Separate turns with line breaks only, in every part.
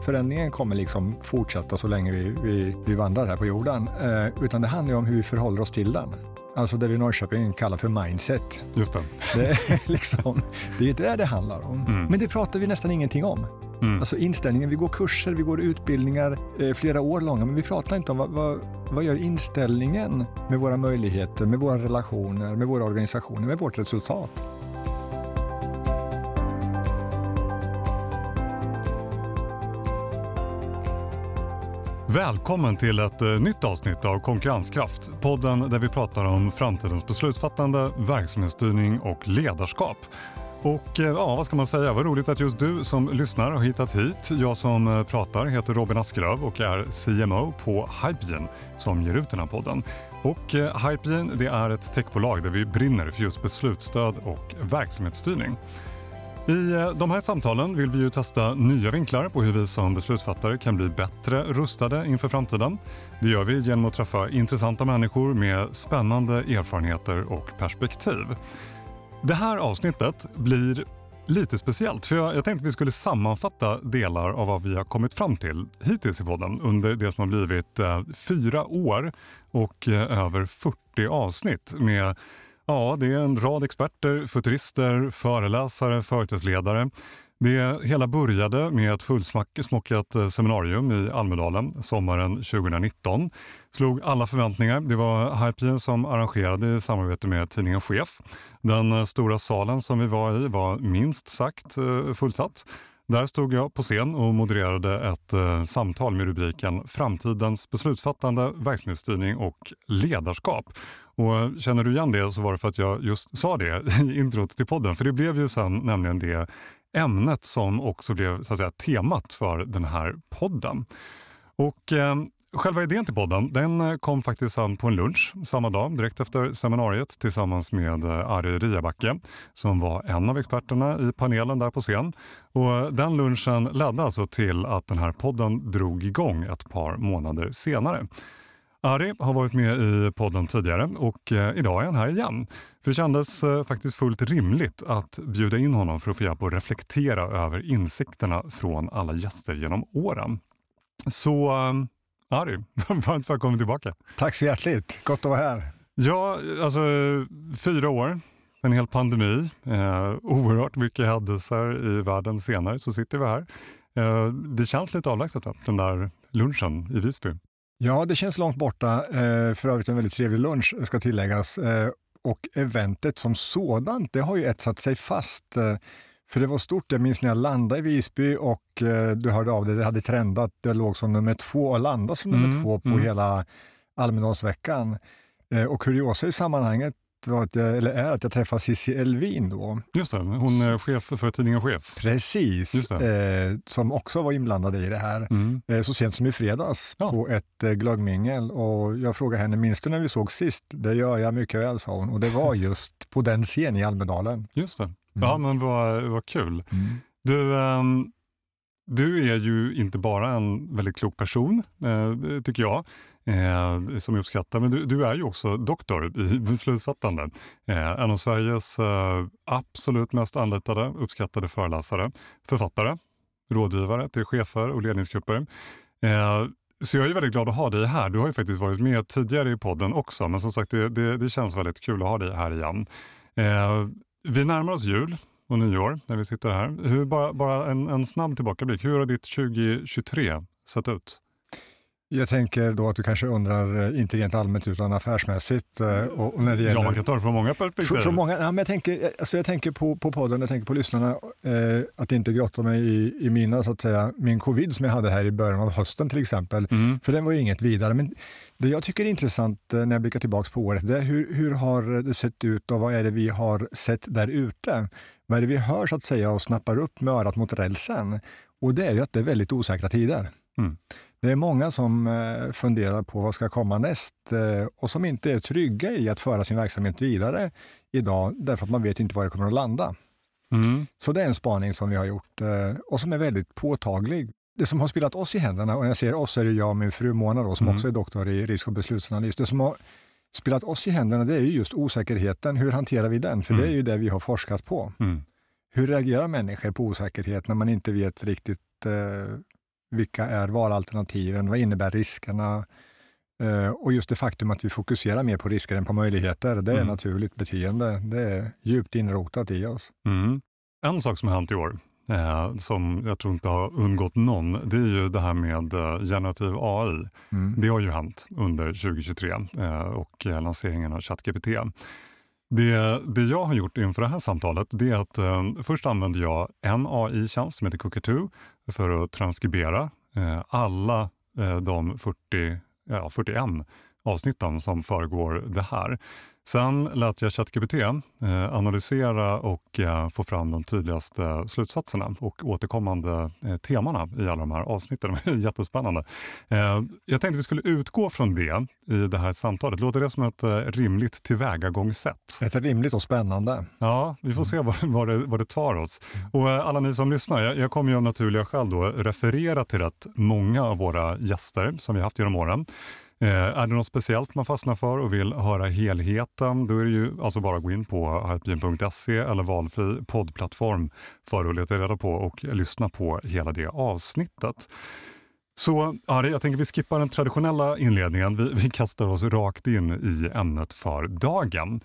Förändringen kommer liksom fortsätta så länge vi vandrar här på jorden. Utan det handlar om hur vi förhåller oss till den. Alltså det vi i Norrköping kallar för mindset.
Just det.
Det är det handlar om. Men det pratar vi nästan ingenting om. Alltså inställningen, vi går kurser, vi går utbildningar flera år långa, men vi pratar inte om vad gör inställningen med våra möjligheter, med våra relationer, med våra organisationer, med vårt resultat.
Välkommen till ett nytt avsnitt av Konkurrenskraft, podden där vi pratar om framtidens beslutsfattande, verksamhetsstyrning och ledarskap. Och vad ska man säga, vad roligt att just du som lyssnar har hittat hit. Jag som pratar heter Robin Askelöv och är CMO på Hypegen som ger ut den här podden. Och Hypegen, det är ett techbolag där vi brinner för just beslutsstöd och verksamhetsstyrning. I de här samtalen vill vi ju testa nya vinklar på hur vi som beslutsfattare kan bli bättre rustade inför framtiden. Det gör vi genom att träffa intressanta människor med spännande erfarenheter och perspektiv. Det här avsnittet blir lite speciellt för jag tänkte att vi skulle sammanfatta delar av vad vi har kommit fram till hittills i podden under det som har blivit 4 år och över 40 avsnitt med det är en rad experter, futurister, föreläsare, företagsledare. Det hela började med ett fullsmockat seminarium i Almedalen sommaren 2019. Slog alla förväntningar. Det var Hypegen som arrangerade i samarbete med tidningen Chef. Den stora salen som vi var i var minst sagt fullsatt. Där stod jag på scen och modererade ett samtal med rubriken Framtidens beslutsfattande, verksamhetsstyrning och ledarskap. Och känner du igen det så var det för att jag just sa det i introt till podden. För det blev ju sen nämligen det ämnet som också blev så att säga temat för den här podden. Och själva idén till podden, den kom faktiskt an på en lunch samma dag direkt efter seminariet tillsammans med Ari Riabacke som var en av experterna i panelen där på scen. Och den lunchen ledde alltså till att den här podden drog igång ett par månader senare. Ari har varit med i podden tidigare och idag är han här igen. För det kändes faktiskt fullt rimligt att bjuda in honom för att få hjälp att reflektera över insikterna från alla gäster genom åren. Så Ari, varmt välkommen tillbaka.
Tack så hjärtligt, gott att vara här.
Ja, alltså 4 år, en hel pandemi, oerhört mycket händelser i världen senare så sitter vi här. Det känns lite avlägset den där lunchen i Visby.
Ja, det känns långt borta. För övrigt en väldigt trevlig lunch ska tilläggas. Och eventet som sådant, det har ju etsat sig fast. För det var stort, jag minns när jag landade i Visby och du hörde av det hade trendat. Det låg som nummer 2 och landade som nummer 2 på hela Almedalsveckan. Och kuriosa i sammanhanget är att jag träffade Cissi Elvin då.
Just det, hon är chef för tidningen Chef.
Precis, som också var inblandade i det här. Så sent som i fredags på ett glöggmingel. Och jag frågade henne, minns du när vi såg sist? Det gör jag mycket väl, sa hon. Och det var just på den scenen i Almedalen.
Just det. Ja, men vad kul. Du är ju inte bara en väldigt klok person, tycker jag, som jag uppskattar. Men du är ju också doktor i beslutsfattande. En av Sveriges absolut mest anlitade, uppskattade föreläsare, författare, rådgivare till chefer och ledningsgrupper. Så jag är ju väldigt glad att ha dig här. Du har ju faktiskt varit med tidigare i podden också, men som sagt det känns väldigt kul att ha dig här igen. Vi närmar oss jul och nyår när vi sitter här. Bara en snabb tillbakablick. Hur har ditt 2023 sett ut?
Jag tänker då att du kanske undrar, inte rent allmänt utan affärsmässigt. Och när det gäller,
man kan ta det från många perspektiv.
Från många, men jag tänker på podden, jag tänker på lyssnarna, att inte grotta mig i mina, så att säga, min covid som jag hade här i början av hösten till exempel. För den var ju inget vidare. Men det jag tycker är intressant när jag blickar tillbaka på året, det är hur har det sett ut och vad är det vi har sett där ute? Vad är det vi hör, så att säga, och snappar upp med örat mot rälsen? Och det är ju att det är väldigt osäkra tider. Det är många som funderar på vad ska komma näst och som inte är trygga i att föra sin verksamhet vidare idag därför att man vet inte var det kommer att landa. Så det är en spaning som vi har gjort och som är väldigt påtaglig. Det som har spelat oss i händerna, och när jag säger oss är det jag och min fru Mona då, som också är doktor i risk- och beslutsanalys. Det som har spelat oss i händerna, det är ju just osäkerheten. Hur hanterar vi den? För det är ju det vi har forskat på. Hur reagerar människor på osäkerhet när man inte vet riktigt vilka är valalternativen, vad innebär riskerna? Och just det faktum att vi fokuserar mer på risker än på möjligheter, det är naturligt beteende. Det är djupt inrotat i oss.
En sak som har hänt i år, som jag tror inte har undgått någon, det är ju det här med generativ AI. Det har ju hänt under 2023 och lanseringen av ChatGPT. Det jag har gjort inför det här samtalet, det är att först använder jag en AI-tjänst som heter Cookatoo för att transkribera alla de 41 avsnitten som föregår det här. Sen lät jag ChatGPT analysera och få fram de tydligaste slutsatserna och återkommande temana i alla de här avsnitten. Det var jättespännande. Jag tänkte vi skulle utgå från det i det här samtalet. Låter det som ett rimligt tillvägagångssätt?
Ett rimligt och spännande.
Ja, vi får se vad det tar oss. Och alla ni som lyssnar, jag kommer ju av naturliga skäl då referera till rätt många av våra gäster som vi haft genom åren. Är det något speciellt man fastnar för och vill höra helheten, då är det ju alltså bara att gå in på hypegen.se eller valfri poddplattform för att leta reda på och lyssna på hela det avsnittet. Så Ari, jag tänker vi skippar den traditionella inledningen. Vi kastar oss rakt in i ämnet för dagen.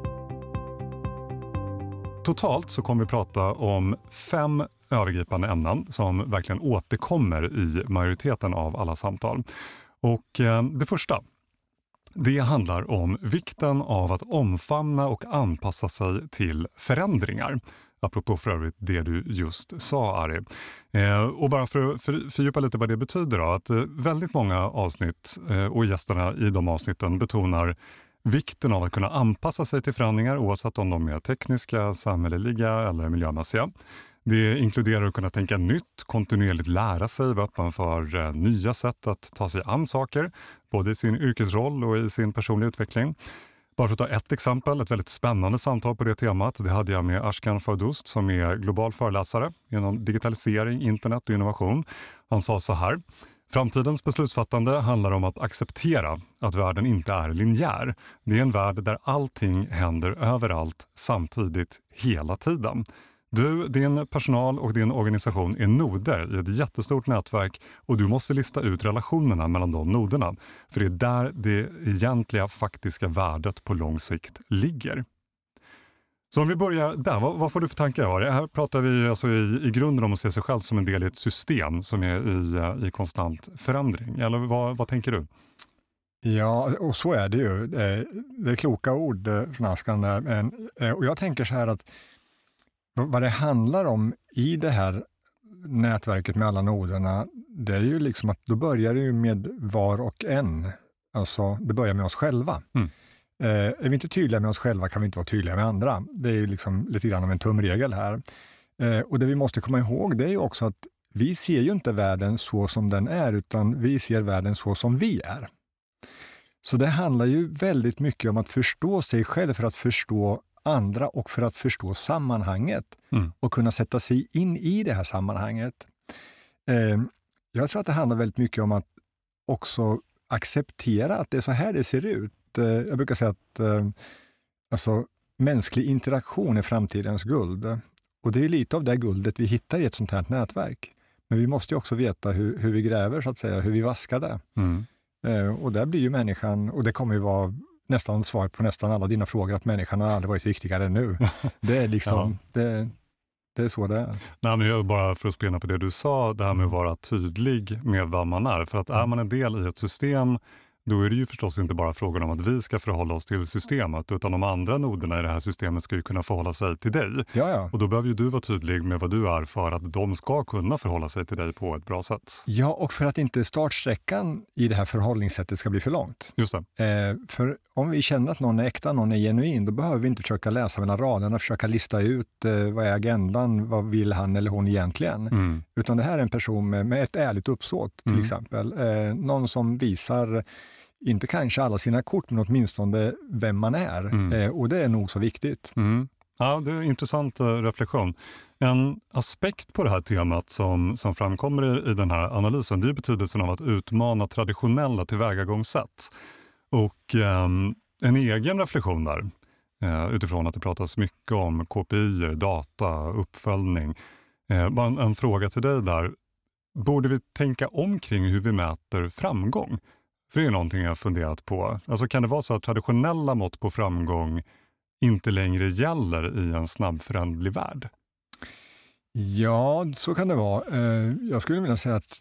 Totalt så kommer vi prata om 5 övergripande ämnen som verkligen återkommer i majoriteten av alla samtal. Och det första, det handlar om vikten av att omfamna och anpassa sig till förändringar. Apropå för övrigt det du just sa, Ari. Och bara för att fördjupa lite vad det betyder då, att väldigt många avsnitt och gästerna i de avsnitten betonar vikten av att kunna anpassa sig till förändringar oavsett om de är tekniska, samhälleliga eller miljömässiga. Det inkluderar att kunna tänka nytt, kontinuerligt lära sig, vara öppen för nya sätt att ta sig an saker, både i sin yrkesroll och i sin personliga utveckling. Bara för att ta ett exempel, ett väldigt spännande samtal på det temat, det hade jag med Ashkan Fardoust som är global föreläsare inom digitalisering, internet och innovation. Han sa så här: framtidens beslutsfattande handlar om att acceptera att världen inte är linjär. Det är en värld där allting händer överallt samtidigt hela tiden. Du, din personal och din organisation är noder i ett jättestort nätverk och du måste lista ut relationerna mellan de noderna. För det är där det egentliga faktiska värdet på lång sikt ligger. Så om vi börjar där, vad får du för tankar? Här pratar vi alltså i grunden om att se sig själv som en del i ett system som är i konstant förändring. Eller vad tänker du?
Ja, och så är det ju. Det är kloka ord från Ashkan där. Och jag tänker så här att vad det handlar om i det här nätverket med alla noderna, det är ju liksom att då börjar det ju med var och en. Alltså det börjar med oss själva. Är vi inte tydliga med oss själva kan vi inte vara tydliga med andra. Det är ju liksom lite grann av en tumregel här. Och det vi måste komma ihåg, det är ju också att vi ser ju inte världen så som den är, utan vi ser världen så som vi är. Så det handlar ju väldigt mycket om att förstå sig själv för att förstå andra och för att förstå sammanhanget och kunna sätta sig in i det här sammanhanget. Jag tror att det handlar väldigt mycket om att också acceptera att det är så här det ser ut. Jag brukar säga att alltså, mänsklig interaktion är framtidens guld. Och det är lite av det guldet vi hittar i ett sånt här nätverk. Men vi måste ju också veta hur vi gräver, så att säga, hur vi vaskar det. Och där blir ju människan, och det kommer ju vara nästan svar på nästan alla dina frågor, att människan har aldrig varit viktigare än nu. Det är liksom, det är så det är.
Nej, men jag bara för att spela på det du sa, det här med att vara tydlig med vad man är. För att är man en del i ett system, då är det ju förstås inte bara frågan om att vi ska förhålla oss till systemet, utan de andra noderna i det här systemet ska ju kunna förhålla sig till dig.
Ja.
Och då behöver ju du vara tydlig med vad du är för att de ska kunna förhålla sig till dig på ett bra sätt.
Ja, och för att inte startsträckan i det här förhållningssättet ska bli för långt.
Just det.
För om vi känner att någon är äkta, någon är genuin, då behöver vi inte försöka läsa mellan raderna, försöka lista ut vad är agendan, vad vill han eller hon egentligen. Utan det här är en person med ett ärligt uppsåt till exempel. Någon som visar inte kanske alla sina kort, men åtminstone vem man är. Och det är nog så viktigt.
Ja, det är en intressant reflektion. En aspekt på det här temat som framkommer i den här analysen, det är betydelsen av att utmana traditionella tillvägagångssätt. Och en egen reflektion där, utifrån att det pratas mycket om KPI, data, uppföljning. Bara en fråga till dig där. borde vi tänka omkring hur vi mäter framgång? För det är någonting jag har funderat på. Alltså kan det vara så att traditionella mått på framgång inte längre gäller i en snabbföränderlig värld?
Ja, så kan det vara. Jag skulle vilja säga att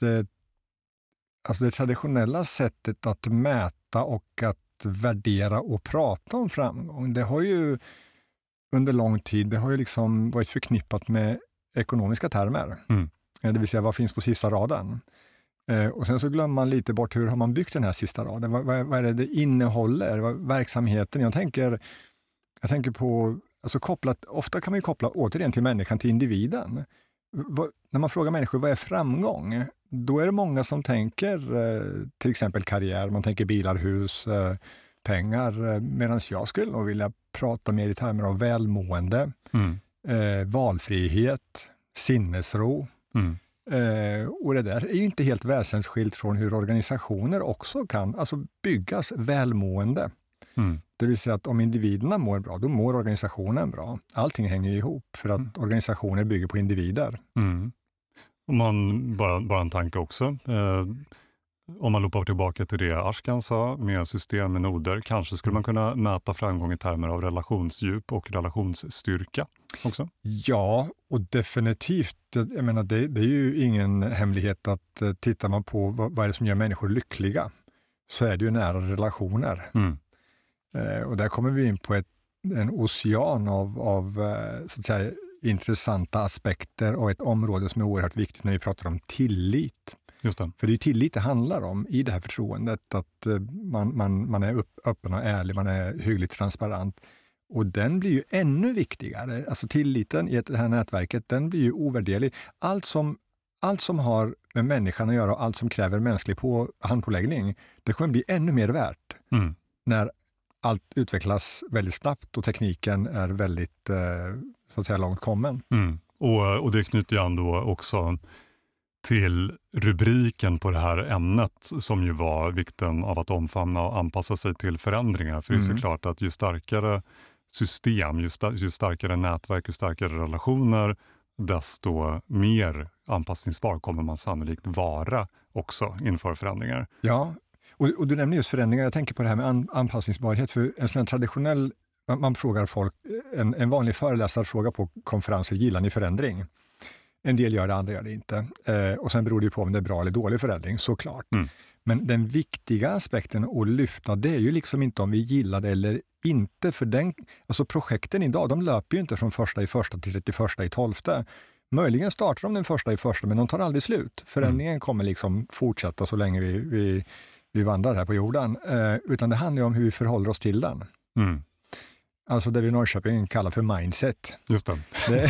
det traditionella sättet att mäta och att värdera och prata om framgång, det har ju under lång tid liksom varit förknippat med ekonomiska termer. Det vill säga, vad finns på sista raden? Och sen så glömmer man lite bort hur har man byggt den här sista raden. Vad är det innehåller? Verksamheten? Jag tänker på, alltså ofta kan man ju koppla återigen till människan, till individen. När man frågar människor vad är framgång, då är det många som tänker till exempel karriär, man tänker bilar, hus, pengar, medan jag skulle nog vilja prata mer i termer av välmående, valfrihet, sinnesro. Och det där är ju inte helt väsensskilt från hur organisationer också kan byggas välmående. Det vill säga att om individerna mår bra, då mår organisationen bra. Allting hänger ihop för att organisationer bygger på individer.
Om man, bara en tanke också. Om man loppar tillbaka till det Ashkan sa med system med noder, kanske skulle man kunna mäta framgång i termer av relationsdjup och relationsstyrka också? Ja,
och definitivt. Jag menar, det är ju ingen hemlighet att tittar man på vad är det som gör människor lyckliga, så är det ju nära relationer. Och där kommer vi in på en ocean av så att säga, intressanta aspekter och ett område som är oerhört viktigt när vi pratar om tillit.
Just det.
För det är ju tillit det handlar om i det här förtroendet, att man är öppen och ärlig, man är hyggligt transparent. Och den blir ju ännu viktigare. Alltså tilliten i det här nätverket, den blir ju ovärderlig. Allt som har med människan att göra och allt som kräver mänsklig handpåläggning, det kommer bli ännu mer värt när allt utvecklas väldigt snabbt och tekniken är väldigt så att säga långt kommen.
Och det knyter an då också till rubriken på det här ämnet, som ju var vikten av att omfamna och anpassa sig till förändringar. För det är såklart att ju starkare system, ju starkare nätverk, ju starkare relationer, desto mer anpassningsbar kommer man sannolikt vara också inför förändringar.
Ja, och du nämner just förändringar. Jag tänker på det här med anpassningsbarhet. För en sån här traditionell, man frågar folk, en vanlig föreläsare frågar på konferenser, gillar ni förändring? En del gör det, andra gör det inte. Och sen beror det på om det är bra eller dålig förändring, såklart. Men den viktiga aspekten att lyfta, det är ju liksom inte om vi gillar det eller inte. För projekten idag, de löper ju inte från 1/1 till 31/12. Möjligen startar de den 1/1, men de tar aldrig slut. Förändringen kommer liksom fortsätta så länge vi vandrar här på jorden. Utan det handlar om hur vi förhåller oss till den. Alltså det vi i Norrköping kallar för mindset.
Just det.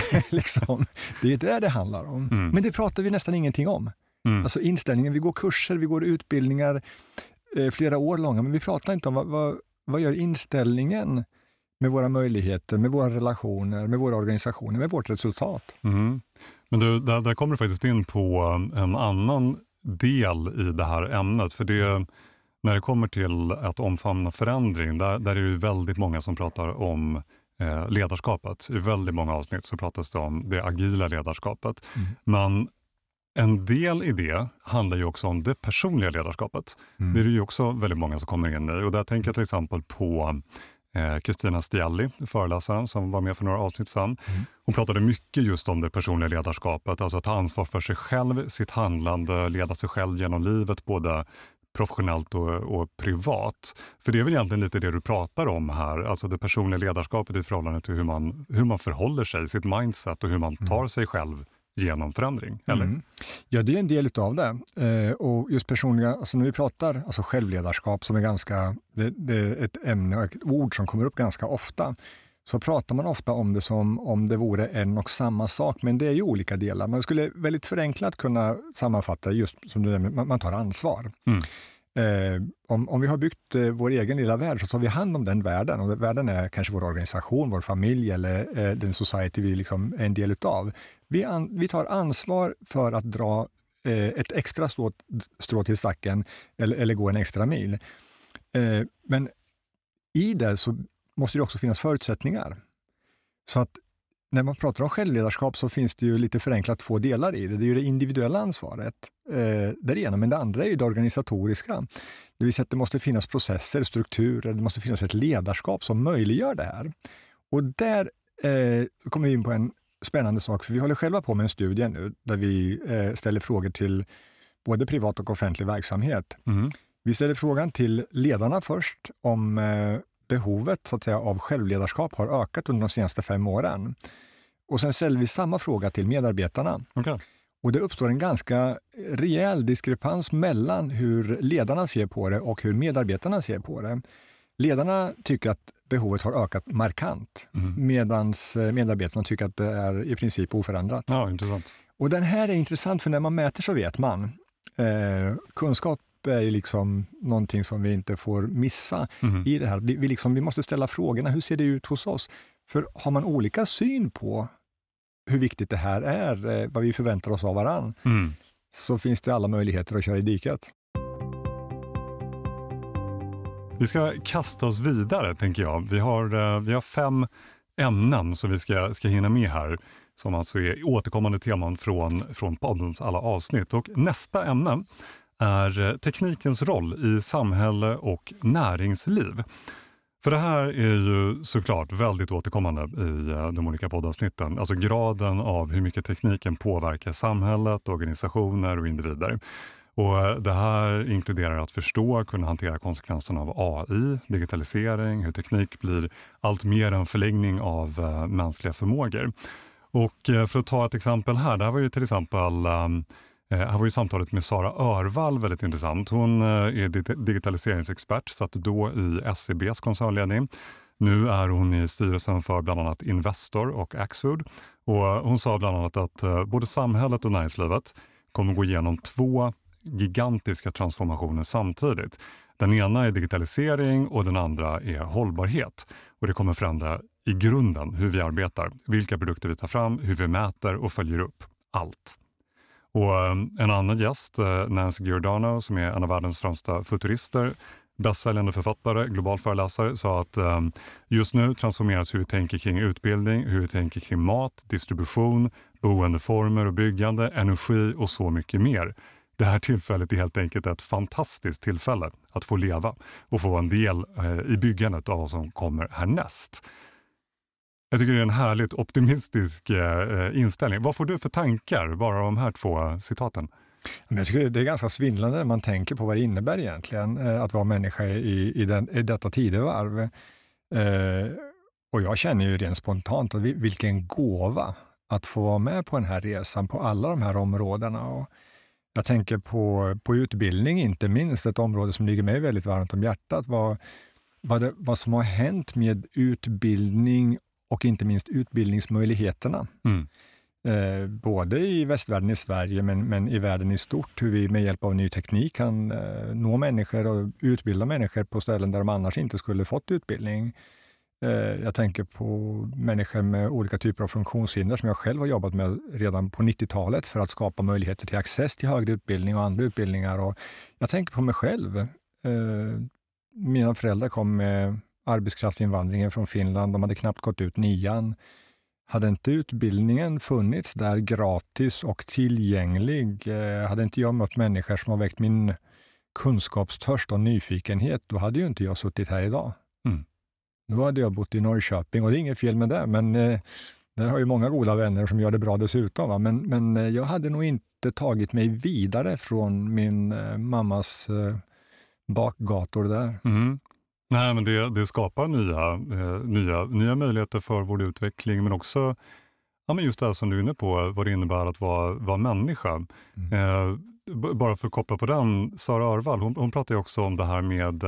Det är det handlar om. Men det pratar vi nästan ingenting om. Alltså inställningen, vi går kurser, vi går utbildningar flera år långa, men vi pratar inte om vad gör inställningen med våra möjligheter, med våra relationer, med våra organisationer, med vårt resultat.
Men där kommer du faktiskt in på en annan del i det här ämnet, för det, när det kommer till att omfamna förändring, där är det ju väldigt många som pratar om ledarskapet. I väldigt många avsnitt så pratas det om det agila ledarskapet. Men en del i det handlar ju också om det personliga ledarskapet. Det är ju också väldigt många som kommer in i. Och där tänker jag till exempel på Kristina Stielli, föreläsaren som var med för några avsnitt sedan. Hon pratade mycket just om det personliga ledarskapet. Alltså att ta ansvar för sig själv, sitt handlande, leda sig själv genom livet, både professionellt och privat. För det är väl egentligen lite det du pratar om här. Alltså det personliga ledarskapet i förhållande till hur man förhåller sig, sitt mindset och hur man tar sig själv genom förändring, eller?
Ja, det är en del utav det. Och just personliga, alltså när vi pratar självledarskap som är det är ett ämne och ett ord som kommer upp ganska ofta, så pratar man ofta om det som om det vore en och samma sak, men det är ju olika delar. Man skulle väldigt förenklat kunna sammanfatta just som du nämnde, man tar ansvar. Om vi har byggt vår egen lilla värld, så tar vi hand om den världen, och världen är kanske vår organisation, vår familj eller den society vi liksom är en del utav. Vi tar ansvar för att dra ett extra strå till stacken eller gå en extra mil. Men i det så måste det också finnas förutsättningar. Så att när man pratar om självledarskap så finns det ju lite förenklat 2 delar i det. Det är ju det individuella ansvaret, det ena, men det andra är ju det organisatoriska. Det vill säga att det måste finnas processer, strukturer, det måste finnas ett ledarskap som möjliggör det här. Och där kommer vi in på en spännande sak, för vi håller själva på med en studie nu där vi ställer frågor till både privat och offentlig verksamhet. Vi ställer frågan till ledarna först om behovet så att säga, av självledarskap har ökat under de senaste 5 åren. Och sen ställer vi samma fråga till medarbetarna.
Okay.
Och det uppstår en ganska rejäl diskrepans mellan hur ledarna ser på det och hur medarbetarna ser på det. Ledarna tycker att behovet har ökat markant, medan medarbetarna tycker att det är i princip oförändrat.
Ja, intressant.
Och den här är intressant, för när man mäter så vet man. Kunskap är ju liksom någonting som vi inte får missa i det här. Vi måste ställa frågorna, hur ser det ut hos oss? För har man olika syn på hur viktigt det här är, vad vi förväntar oss av varann, så finns det alla möjligheter att köra i diket.
Vi ska kasta oss vidare, tänker jag. Vi har 5 ämnen som vi ska hinna med här, som alltså är återkommande teman från poddens alla avsnitt. Och nästa ämne är teknikens roll i samhälle och näringsliv. För det här är ju såklart väldigt återkommande i de olika poddavsnitten. Alltså graden av hur mycket tekniken påverkar samhället, organisationer och individer. Och det här inkluderar att förstå och kunna hantera konsekvenserna av AI, digitalisering, hur teknik blir allt mer en förlängning av mänskliga förmågor. Och för att ta ett exempel här, det här var ju till exempel... Här var ju samtalet med Sara Örvall väldigt intressant. Hon är digitaliseringsexpert, satt då i SEBs koncernledning. Nu är hon i styrelsen för bland annat Investor och Axfood. Och hon sa bland annat att både samhället och näringslivet kommer gå igenom 2 gigantiska transformationer samtidigt. Den ena är digitalisering och den andra är hållbarhet. Och det kommer förändra i grunden hur vi arbetar, vilka produkter vi tar fram, hur vi mäter och följer upp allt. Och en annan gäst, Nancy Giordano, som är en av världens främsta futurister, bästsäljande författare, global föreläsare, sa att just nu transformeras hur vi tänker kring utbildning, hur vi tänker kring mat, distribution, boendeformer och byggande, energi och så mycket mer. Det här tillfället är helt enkelt ett fantastiskt tillfälle att få leva och få en del i byggandet av vad som kommer härnäst. Jag tycker det är en härligt optimistisk inställning. Vad får du för tankar, bara de här 2 citaten?
Jag tycker det är ganska svindlande när man tänker på vad det innebär egentligen att vara människa i detta tidevarv. Och jag känner ju rent spontant att vilken gåva att få vara med på den här resan på alla de här områdena. Och jag tänker på utbildning, inte minst ett område som ligger mig väldigt varmt om hjärtat. Vad som har hänt med utbildning och inte minst utbildningsmöjligheterna. Både i västvärlden i Sverige men i världen i stort. Hur vi med hjälp av ny teknik kan nå människor och utbilda människor på ställen där de annars inte skulle fått utbildning. Jag tänker på människor med olika typer av funktionshinder som jag själv har jobbat med redan på 90-talet för att skapa möjligheter till access till högre utbildning och andra utbildningar. Och jag tänker på mig själv. Mina föräldrar kom med arbetskraftsinvandringen från Finland. De hade knappt gått ut 9:an. Hade inte utbildningen funnits där gratis och tillgänglig, hade inte jag mött människor som har väckt min kunskapstörst och nyfikenhet, då hade ju inte jag suttit här idag. Då hade jag bott i Norrköping, och det är inget fel med det, men där har ju många goda vänner som gör det bra dessutom. Va? Men jag hade nog inte tagit mig vidare från min mammas bakgator där.
Nej, men det skapar nya möjligheter för vår utveckling, men också men just det som du är inne på, vad det innebär att vara människa. Bara för att koppla på den, Sara Örvall, hon pratar ju också om det här med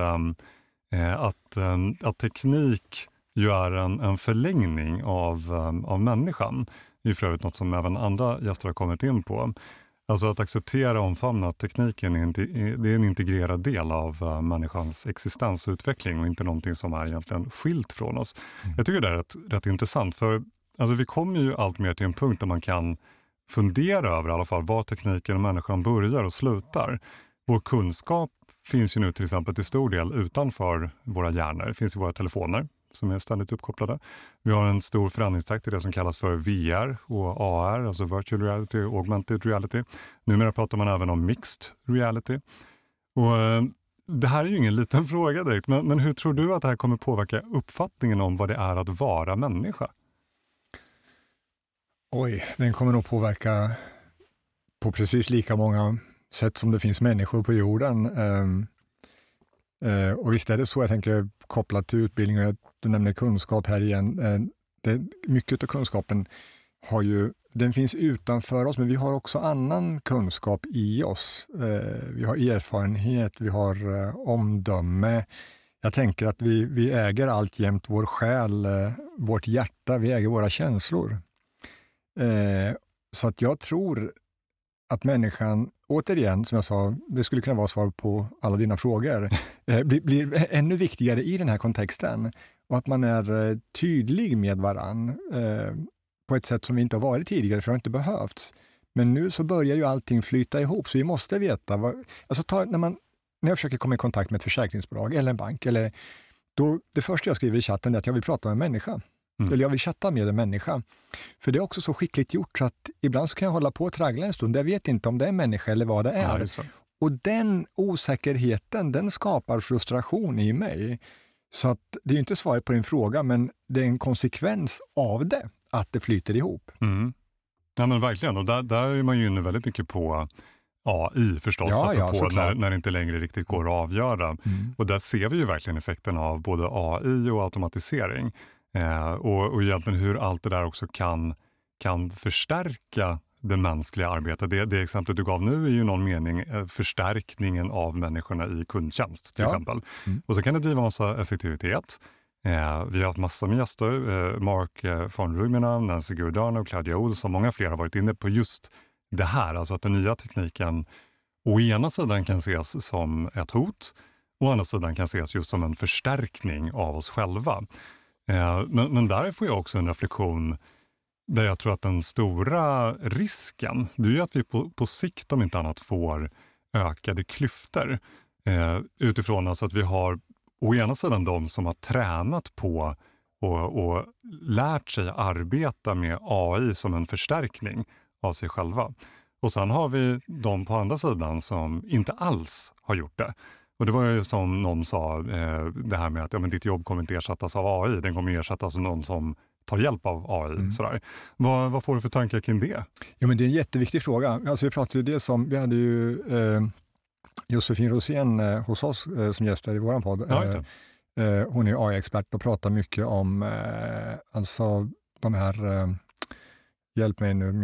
att teknik ju är en förlängning av människan. Det är för övrigt något som även andra gäster har kommit in på. Alltså att acceptera och omfamna att tekniken är en integrerad del av människans existens och utveckling och inte någonting som är egentligen skilt från oss. Jag tycker det är rätt intressant, för alltså, vi kommer ju allt mer till en punkt där man kan fundera över i alla fall var tekniken och människan börjar och slutar. Vår kunskap finns ju nu till exempel till stor del utanför våra hjärnor. Det finns ju våra telefoner, som är ständigt uppkopplade. Vi har en stor förändringstakt i det som kallas för VR och AR, alltså virtual reality och augmented reality. Numera pratar man även om mixed reality. Och det här är ju ingen liten fråga direkt, men hur tror du att det här kommer påverka uppfattningen om vad det är att vara människa?
Oj, den kommer nog påverka på precis lika många sätt som det finns människor på jorden. Och visst är det så, jag tänker kopplat till utbildning, och du nämner kunskap här igen. Mycket av kunskapen den finns utanför oss, men vi har också annan kunskap i oss. Vi har erfarenhet, vi har omdöme. Jag tänker att vi äger alltjämt vår själ, vårt hjärta, vi äger våra känslor. Så att jag tror att människan, återigen som jag sa, det skulle kunna vara svar på alla dina frågor, blir ännu viktigare i den här kontexten. Och att man är tydlig med varann på ett sätt som vi inte har varit tidigare, för det har inte behövts. Men nu så börjar ju allting flyta ihop, så vi måste veta. När jag försöker komma i kontakt med ett försäkringsbolag eller en bank, det första jag skriver i chatten är att jag vill prata med en människa. Eller jag vill chatta med en människa. För det är också så skickligt gjort så att ibland så kan jag hålla på och traggla en stund. Jag vet inte om det är en människa eller vad det är.
Ja,
och den osäkerheten, den skapar frustration i mig. Så att det är inte svaret på din fråga, men det är en konsekvens av det, att det flyter ihop.
Ja, men verkligen. Och där är man ju inne väldigt mycket på AI förstås, när det inte längre riktigt går att avgöra. Och där ser vi ju verkligen effekten av både AI och automatisering. Och egentligen hur allt det där också kan förstärka det mänskliga arbetet. Det exemplet du gav nu är ju någon mening förstärkningen av människorna i kundtjänst till exempel. Och så kan det driva massa effektivitet. Vi har haft massor med gäster, Mark von Rumena, Nancy Giordano, Claudia Olsson, många fler har varit inne på just det här. Alltså att den nya tekniken å ena sidan kan ses som ett hot, å andra sidan kan ses just som en förstärkning av oss själva. Men där får jag också en reflektion där jag tror att den stora risken, det är ju att vi på sikt om inte annat får ökade klyftor utifrån alltså att vi har å ena sidan de som har tränat på och lärt sig arbeta med AI som en förstärkning av sig själva. Och sen har vi de på andra sidan som inte alls har gjort det. Och det var ju som någon sa, det här med att ditt jobb kommer inte ersättas av AI, den kommer ersättas av någon som tar hjälp av AI. Sådär. Vad får du för tankar kring det?
Ja, men det är en jätteviktig fråga. Alltså, vi pratade ju det som, vi hade ju Josefin Rosén hos oss som gäst i våran podd. Hon är AI-expert och pratar mycket om alltså de här, hjälp mig nu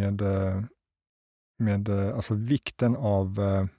med alltså vikten av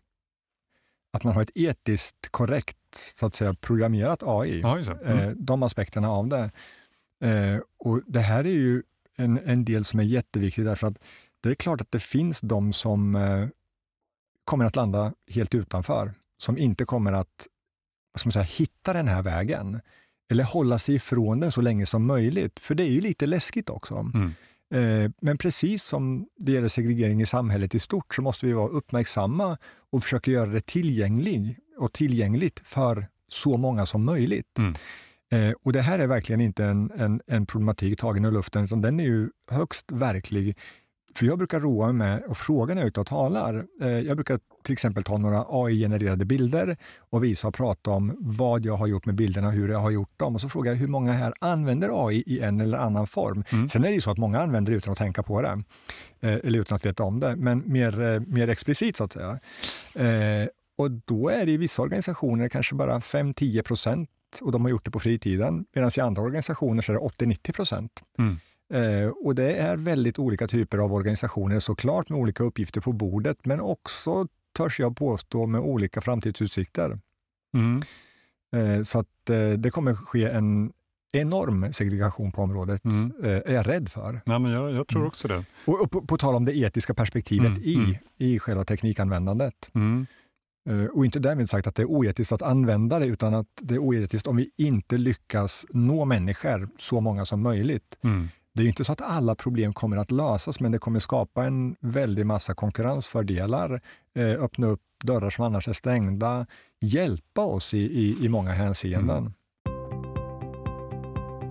att man har ett etiskt korrekt, så att säga, programmerat AI. De aspekterna av det. Och det här är ju en del som är jätteviktig, därför att det är klart att det finns de som kommer att landa helt utanför, som inte kommer att hitta den här vägen eller hålla sig ifrån den så länge som möjligt, för det är ju lite läskigt också. Men precis som det gäller segregering i samhället i stort, så måste vi vara uppmärksamma och försöka göra det tillgängligt för så många som möjligt. Och det här är verkligen inte en problematik tagen ur luften, utan den är ju högst verklig. För jag brukar roa mig med och fråga när jag är ute och talar. Jag brukar till exempel ta några AI-genererade bilder och visa och prata om vad jag har gjort med bilderna och hur jag har gjort dem. Och så frågar jag hur många här använder AI i en eller annan form. Sen är det ju så att många använder det utan att tänka på det. Eller utan att veta om det. Men mer explicit så att säga. Och då är det i vissa organisationer kanske bara 5-10%. Och de har gjort det på fritiden. Medan i andra organisationer så är det 80-90%. Och det är väldigt olika typer av organisationer, såklart med olika uppgifter på bordet, men också, törs jag påstå, med olika framtidsutsikter. Så att det kommer ske en enorm segregation på området, är jag rädd för.
Nej, men jag tror också det.
Och på tal om det etiska perspektivet i själva teknikanvändandet. Och inte därmed sagt att det är oetiskt att använda det, utan att det är oetiskt om vi inte lyckas nå människor, så många som möjligt. Det är inte så att alla problem kommer att lösas, men det kommer skapa en väldig massa konkurrensfördelar, öppna upp dörrar som annars är stängda, hjälpa oss i många hänseenden.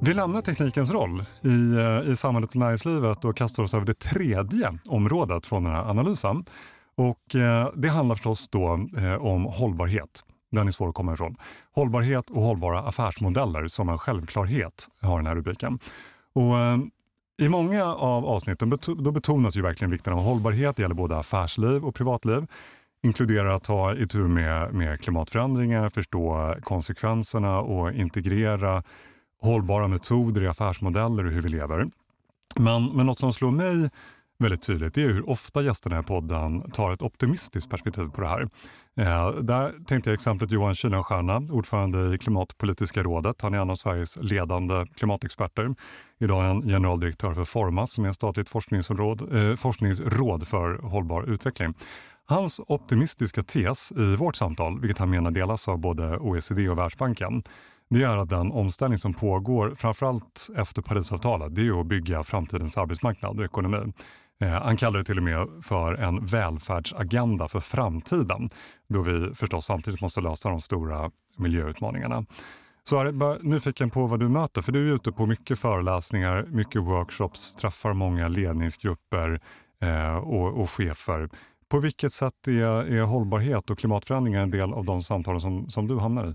Vi lämnar teknikens roll i samhället och näringslivet och kastar oss över det tredje området från den här analysen. Och det handlar förstås då om hållbarhet. Den är svår att komma ifrån. Hållbarhet och hållbara affärsmodeller som en självklarhet har den här rubriken. Och i många av avsnitten då betonas ju verkligen vikten av hållbarhet. Det gäller både affärsliv och privatliv. Inkluderar att ta itu med klimatförändringar, förstå konsekvenserna och integrera hållbara metoder i affärsmodeller och hur vi lever. Men något som slår mig väldigt tydligt är hur ofta gästerna i podden tar ett optimistiskt perspektiv på det här. Där tänkte jag exemplet Johan Kuylenstierna, ordförande i Klimatpolitiska rådet. Han är en av Sveriges ledande klimatexperter. Idag är han generaldirektör för Formas som är ett statligt forskningsråd för hållbar utveckling. Hans optimistiska tes i vårt samtal, vilket han menar delas av både OECD och Världsbanken, det är att den omställning som pågår framförallt efter Parisavtalet, det är att bygga framtidens arbetsmarknad och ekonomi. Han kallar det till och med för en välfärdsagenda för framtiden, då vi förstås samtidigt måste lösa de stora miljöutmaningarna. Så är jag nyfiken på vad du möter, för du är ute på mycket föreläsningar, mycket workshops, träffar många ledningsgrupper och chefer. På vilket sätt är hållbarhet och klimatförändringar en del av de samtalen som du hamnar i?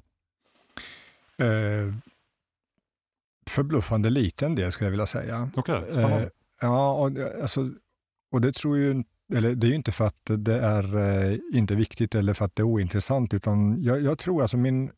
Förbluffande liten del skulle jag vilja säga.
Okej, spännande.
Ja, och det tror ju, eller det är ju inte för att det är inte viktigt eller för att det är ointressant, utan jag tror alltså min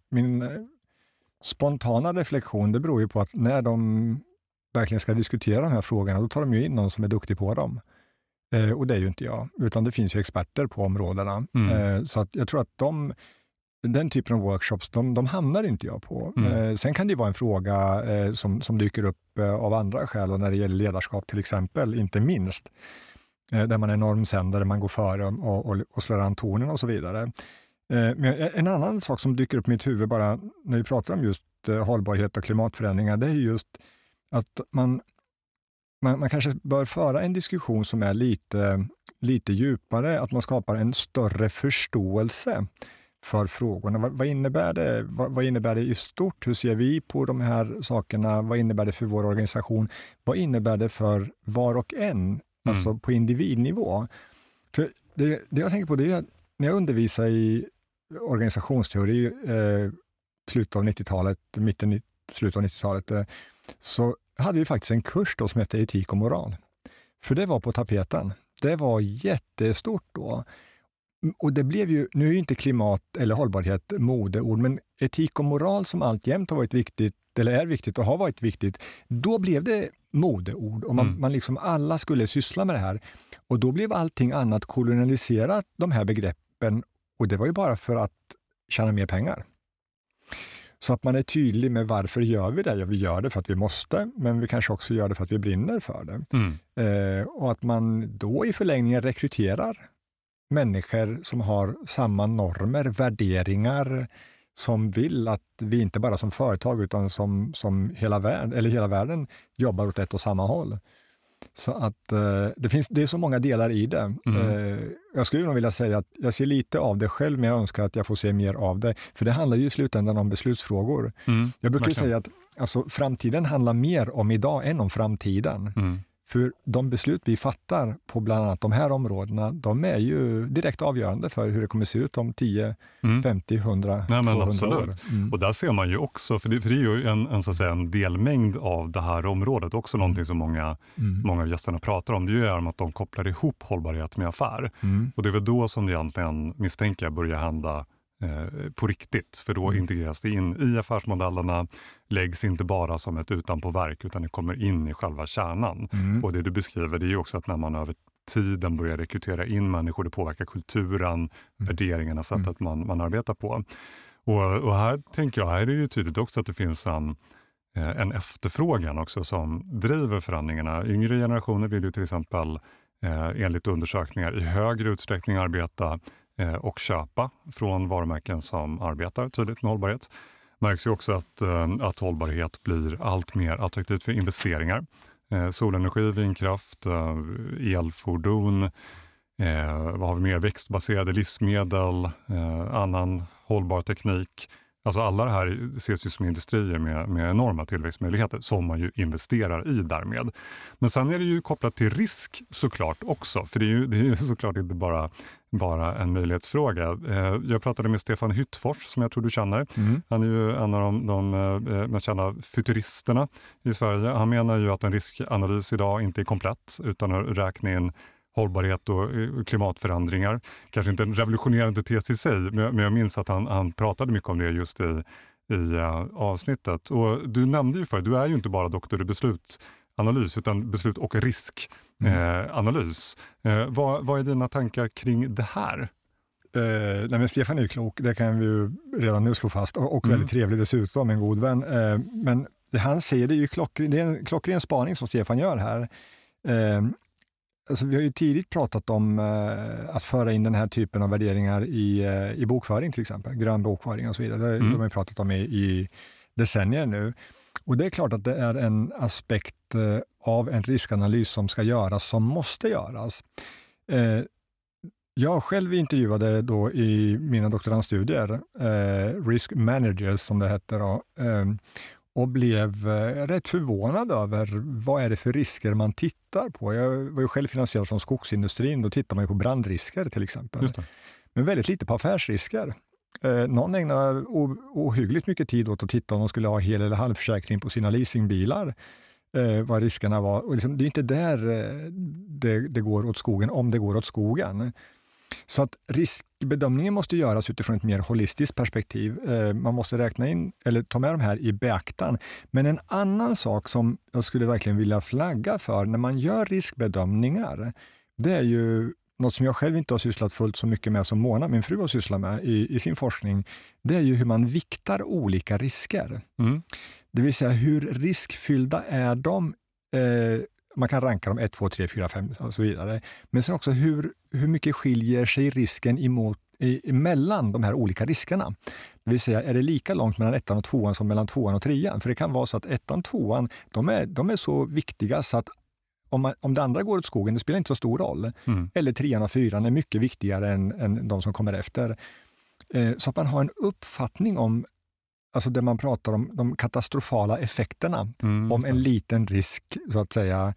spontana reflektion, det beror ju på att när de verkligen ska diskutera de här frågorna, då tar de ju in någon som är duktig på dem. Och det är ju inte jag, utan det finns ju experter på områdena. Så att jag tror att den typen av workshops, de hamnar inte jag på. Sen kan det vara en fråga som dyker upp av andra skäl, och när det gäller ledarskap till exempel, inte minst. Där man är normsändare, man går före och slår an tonen och så vidare. Men en annan sak som dyker upp i mitt huvud bara när vi pratar om just hållbarhet och klimatförändringar, det är just att man kanske bör föra en diskussion som är lite djupare, att man skapar en större förståelse för frågorna. Vad innebär det? Vad innebär det i stort? Hur ser vi på de här sakerna? Vad innebär det för vår organisation? Vad innebär det för var och en? Alltså på individnivå. För det jag tänker på, det är att när jag undervisar i organisationsteori slutet av 90-talet, slutet av 90-talet, så hade vi faktiskt en kurs då som hette etik och moral. För det var på tapeten. Det var jättestort då. Och det blev ju, nu är ju inte klimat eller hållbarhet modeord, men etik och moral som alltjämt har varit viktigt, eller är viktigt och har varit viktigt, då blev det modeord och man liksom alla skulle syssla med det här. Och då blev allting annat kolonialiserat, de här begreppen, och det var ju bara för att tjäna mer pengar. Så att man är tydlig med varför gör vi det? Ja, vi gör det för att vi måste, men vi kanske också gör det för att vi brinner för det. Och att man då i förlängningen rekryterar människor som har samma normer, värderingar, som vill att vi inte bara som företag utan som hela världen jobbar åt ett och samma håll. Så att det är så många delar i det. Jag skulle nog vilja säga att jag ser lite av det själv, men jag önskar att jag får se mer av det. För det handlar ju i slutändan om beslutsfrågor. Jag brukar säga att alltså, framtiden handlar mer om idag än om framtiden. För de beslut vi fattar på bland annat de här områdena, de är ju direkt avgörande för hur det kommer se ut om 10, 50, 100, 200 år.
Och där ser man ju också, för det är ju så att säga, en delmängd av det här området, också någonting som många av gästerna pratar om, det är ju att de kopplar ihop hållbarhet med affär. Och det är väl då som det egentligen, misstänker jag, börjar handla på riktigt, för då integreras det in i affärsmodellerna, läggs inte bara som ett utanpåverk utan det kommer in i själva kärnan. Och det du beskriver, det är ju också att när man över tiden börjar rekrytera in människor, det påverkar kulturen, värderingarna, sättet man arbetar på. Och här tänker jag, här är det ju tydligt också att det finns en efterfrågan också som driver förändringarna. Yngre generationer vill ju till exempel enligt undersökningar i högre utsträckning arbeta och köpa från varumärken som arbetar tydligt med hållbarhet. Märks ju också att hållbarhet blir allt mer attraktivt för investeringar. Solenergi, vindkraft, elfordon, vad har vi mer? Växtbaserade livsmedel, annan hållbar teknik. Alltså alla det här ses ju som industrier med enorma tillväxtmöjligheter som man ju investerar i därmed. Men sen är det ju kopplat till risk såklart också, för det är ju såklart inte bara en möjlighetsfråga. Jag pratade med Stefan Hyttfors som jag tror du känner. Han är ju en av de mest kända futuristerna i Sverige. Han menar ju att en riskanalys idag inte är komplett utan att räkna in hållbarhet och klimatförändringar. Kanske inte en revolutionerande tes i sig, men jag minns att han pratade mycket om det just i avsnittet. Och du nämnde ju du är ju inte bara doktor i beslutanalys utan beslut- och riskanalys. Vad är dina tankar kring det här?
Nej, men Stefan är ju klok, det kan vi ju redan nu slå fast, och väldigt trevlig dessutom, en god vän. Men det han säger, det är en klockren spaning som Stefan gör här. Alltså, vi har ju tidigt pratat om att föra in den här typen av värderingar i bokföring till exempel, grön bokföring och så vidare. Det har man ju pratat om i decennier nu. Och det är klart att det är en aspekt av en riskanalys som ska göras, som måste göras. Jag själv intervjuade då i mina doktorandstudier risk managers som det heter då, och blev rätt förvånad över vad är det för risker man tittar på. Jag var ju själv finansierad från skogsindustrin, då tittar man ju på brandrisker till exempel.
Just det.
Men väldigt lite på affärsrisker. Någon ägnar ohyggligt mycket tid åt att titta om de skulle ha hel- eller halvförsäkring på sina leasingbilar. Vad riskerna var. Och liksom, det är inte där det går åt skogen, om det går åt skogen. Så att riskbedömningen måste göras utifrån ett mer holistiskt perspektiv. Man måste räkna in eller ta med de här i beaktan. Men en annan sak som jag skulle verkligen vilja flagga för när man gör riskbedömningar, det är ju något som jag själv inte har sysslat fullt så mycket med som Mona, min fru, har sysslat med i sin forskning. Det är ju hur man viktar olika risker. Det vill säga hur riskfyllda är de. Man kan ranka dem 1, 2, 3, 4, 5 och så vidare. Men sen också hur mycket skiljer sig risken emellan de här olika riskerna. Det vill säga, är det lika långt mellan 1 och 2 som mellan 2 och 3? För det kan vara så att 1 och 2 de är så viktiga så att om det andra går åt skogen, det spelar inte så stor roll. Eller 3 och 4 är mycket viktigare än de som kommer efter. Så att man har en uppfattning om, alltså där man pratar om de katastrofala effekterna, om en liten risk så att säga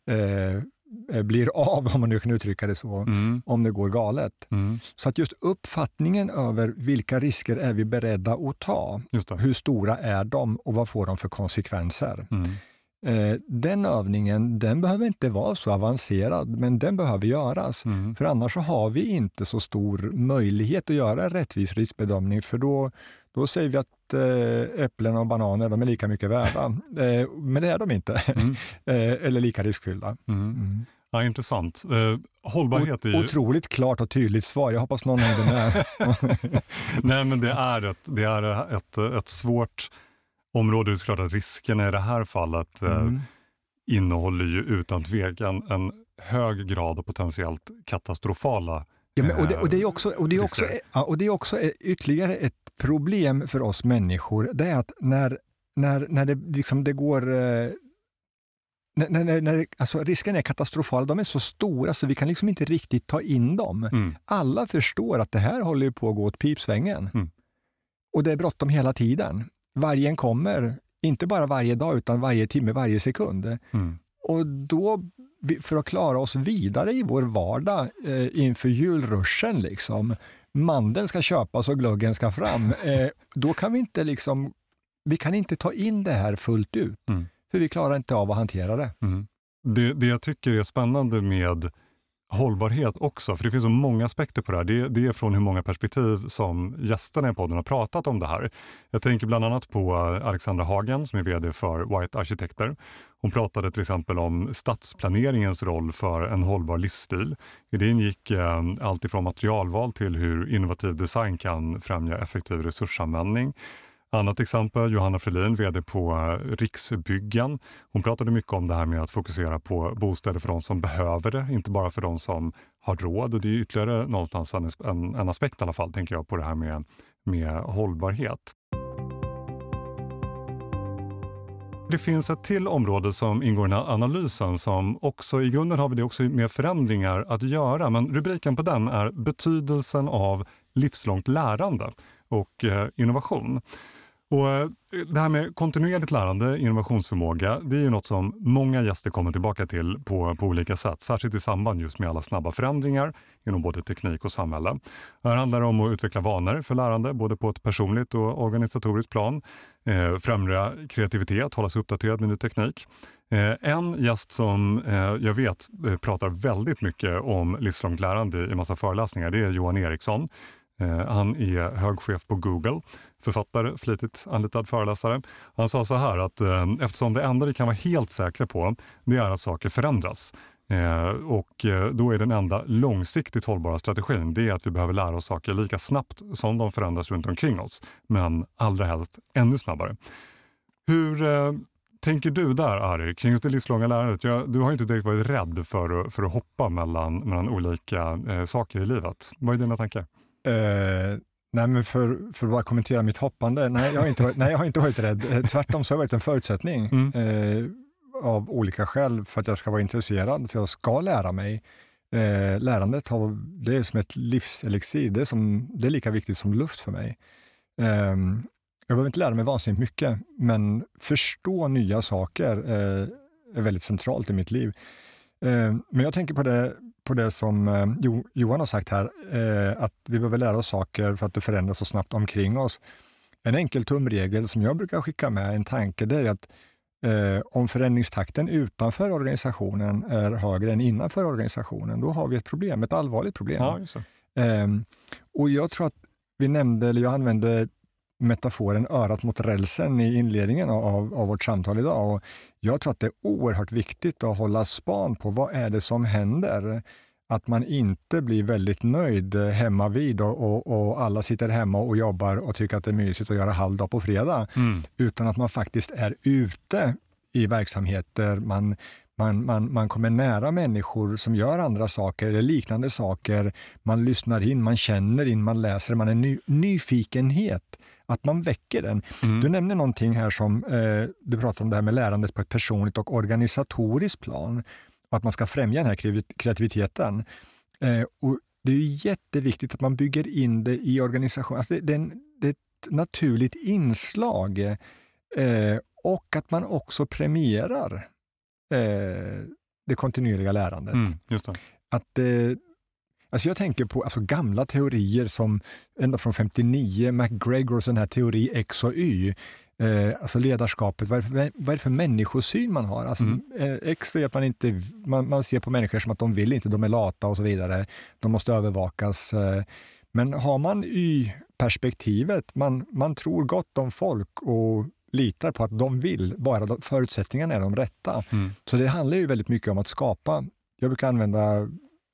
blir av, om man nu kan uttrycka det så, om det går galet. Så att just uppfattningen över vilka risker är vi beredda att ta, hur stora är de och vad får de för konsekvenser. Den övningen, den behöver inte vara så avancerad, men den behöver göras. För annars så har vi inte så stor möjlighet att göra en rättvis riskbedömning, för då säger vi att äpplen och bananer, de är lika mycket värda. Men det är de inte. Eller lika riskfyllda.
Ja, intressant. Hållbarhet är ju...
Otroligt klart och tydligt svar. Jag hoppas någon hängde med.
Nej, men det är ett svårt område. Det är klart att riskerna i det här fallet innehåller ju utan tvekan en hög grad av potentiellt katastrofala. Ja, men,
och det är också ytterligare ett problem för oss människor. Det är att när det liksom det går... Alltså risken är katastrofal, de är så stora så vi kan liksom inte riktigt ta in dem. Alla förstår att det här håller på att gå åt pipsvängen. Och det är bråttom hela tiden. Vargen kommer, inte bara varje dag utan varje timme, varje sekund. Och då, för att klara oss vidare i vår vardag inför julruschen, liksom, mandeln ska köpas och glöggen ska fram, då kan vi inte vi kan inte ta in det här fullt ut. För vi klarar inte av att hantera det.
Det jag tycker är spännande med hållbarhet också, för det finns så många aspekter på det här. Det är från hur många perspektiv som gästerna i podden har pratat om det här. Jag tänker bland annat på Alexandra Hagen som är vd för White Arkitekter. Hon pratade till exempel om stadsplaneringens roll för en hållbar livsstil. I det ingick allt ifrån materialval till hur innovativ design kan främja effektiv resursanvändning. Annat exempel, Johanna Frelin, vd på Riksbyggen. Hon pratade mycket om det här med att fokusera på bostäder för de som behöver det, inte bara för de som har råd. Och det är ytterligare någonstans en aspekt i alla fall, tänker jag, på det här med hållbarhet. Det finns ett till område som ingår i den här analysen som också, i grunden har vi det också med förändringar att göra. Men rubriken på den är betydelsen av livslångt lärande. och innovation. Och det här med kontinuerligt lärande, innovationsförmåga, det är ju något som många gäster kommer tillbaka till på olika sätt, särskilt i samband just med alla snabba förändringar inom både teknik och samhälle. Här handlar det om att utveckla vanor för lärande, både på ett personligt och organisatoriskt plan, främja kreativitet, hålla sig uppdaterad med ny teknik. En gäst som jag vet pratar väldigt mycket om livslångt lärande i massa föreläsningar, det är Johan Eriksson. Han är högchef på Google, författare, flitigt anlitad föreläsare. Han sa så här att eftersom det enda vi kan vara helt säkra på, det är att saker förändras. Och då är den enda långsiktigt hållbara strategin, det är att vi behöver lära oss saker lika snabbt som de förändras runt omkring oss, men allra helst ännu snabbare. Hur tänker du där, Ari, kring just det livslånga lärandet? Du har ju inte direkt varit rädd för att hoppa mellan olika saker i livet. Vad är dina tankar?
Nej, men för att bara kommentera mitt hoppande, jag har inte varit rädd. Tvärtom så har det varit en förutsättning av olika skäl för att jag ska vara intresserad, för jag ska lära mig. Lärandet det är som ett livselixir, det är lika viktigt som luft för mig. Jag behöver inte lära mig vansinnigt mycket, men förstå nya saker är väldigt centralt i mitt liv. Men jag tänker på det som Johan har sagt här, att vi behöver lära oss saker för att det förändras så snabbt omkring oss. En enkel tumregel som jag brukar skicka med, en tanke, det är att om förändringstakten utanför organisationen är högre än innanför organisationen, då har vi ett problem, ett allvarligt problem.
Ja, just det.
Och jag tror att jag använde metaforen örat mot rälsen i inledningen av vårt samtal idag. Och jag tror att det är oerhört viktigt att hålla span på vad är det som händer. Att man inte blir väldigt nöjd hemma vid och alla sitter hemma och jobbar och tycker att det är mysigt att göra halvdag på fredag. Utan att man faktiskt är ute i verksamheter. Man kommer nära människor som gör andra saker eller liknande saker. Man lyssnar in, man känner in, man läser, man är nyfikenhet. Att man väcker den. Du nämner någonting här som du pratar om det här med lärandet på ett personligt och organisatoriskt plan. Och att man ska främja den här kreativiteten. Och det är ju jätteviktigt att man bygger in det i organisationen. Alltså det är ett naturligt inslag. Och att man också premierar det kontinuerliga lärandet.
Just det.
Att alltså jag tänker på gamla teorier som ända från 59, McGregors den här teori X och Y. Alltså ledarskapet, vad är det för människosyn man har? Alltså, X är att man ser på människor som att de vill inte, de är lata och så vidare. De måste övervakas. Men har man Y-perspektivet, man tror gott om folk och litar på att de vill, bara förutsättningarna är de rätta. Så det handlar ju väldigt mycket om att skapa. Jag brukar använda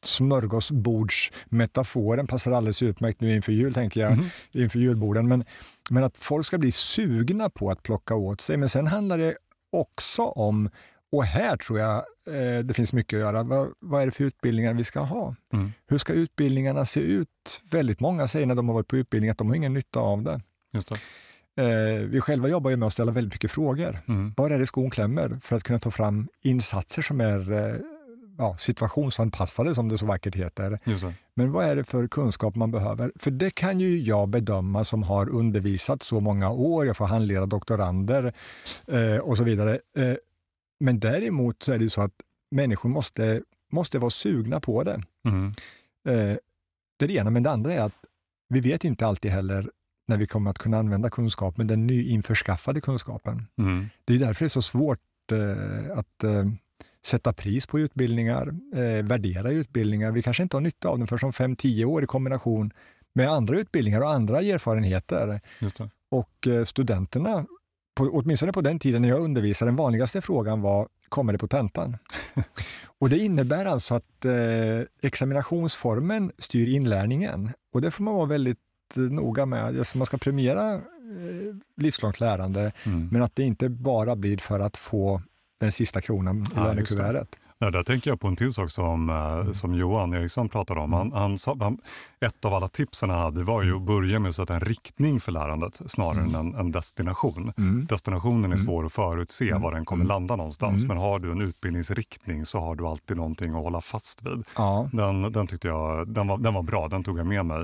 smörgåsbordsmetaforen, passar alldeles utmärkt nu inför jul, tänker jag, inför julborden. Men att folk ska bli sugna på att plocka åt sig. Men sen handlar det också om, och här tror jag det finns mycket att göra, vad är det för utbildningar vi ska ha? Hur ska utbildningarna se ut? Väldigt många säger när de har varit på utbildning att de har ingen nytta av det.
Just det.
Vi själva jobbar ju med att ställa väldigt mycket frågor. Var är det skon klämmer för att kunna ta fram insatser som är situationsanpassade, som det så vackert heter. Men vad är det för kunskap man behöver? För det kan ju jag bedöma som har undervisat så många år. Jag får handleda doktorander och så vidare. Men däremot så är det så att människor måste vara sugna på det. Det är det ena, men det andra är att vi vet inte alltid heller när vi kommer att kunna använda kunskapen, den nyinförskaffade kunskapen. Det är därför det är så svårt att sätta pris på utbildningar, värdera utbildningar. Vi kanske inte har nytta av den för som 5-10 år i kombination med andra utbildningar och andra erfarenheter.
Just det.
Och studenterna, åtminstone på den tiden när jag undervisade, den vanligaste frågan var, kommer det på tentan? Och det innebär alltså att examinationsformen styr inlärningen. Och det får man vara väldigt noga med. Alltså man ska premiera livslångt lärande, men att det inte bara blir för att få den sista kronan i lönekuvertet.
Ja, där tänker jag på en till sak som Johan Eriksson pratade om. Ett av alla tipsen han hade var ju att börja med att sätta en riktning för lärandet snarare än en destination. Destinationen är svår att förutse var den kommer landa någonstans. Men har du en utbildningsriktning så har du alltid någonting att hålla fast vid. Ja. Den tyckte jag, den var bra, den tog jag med mig.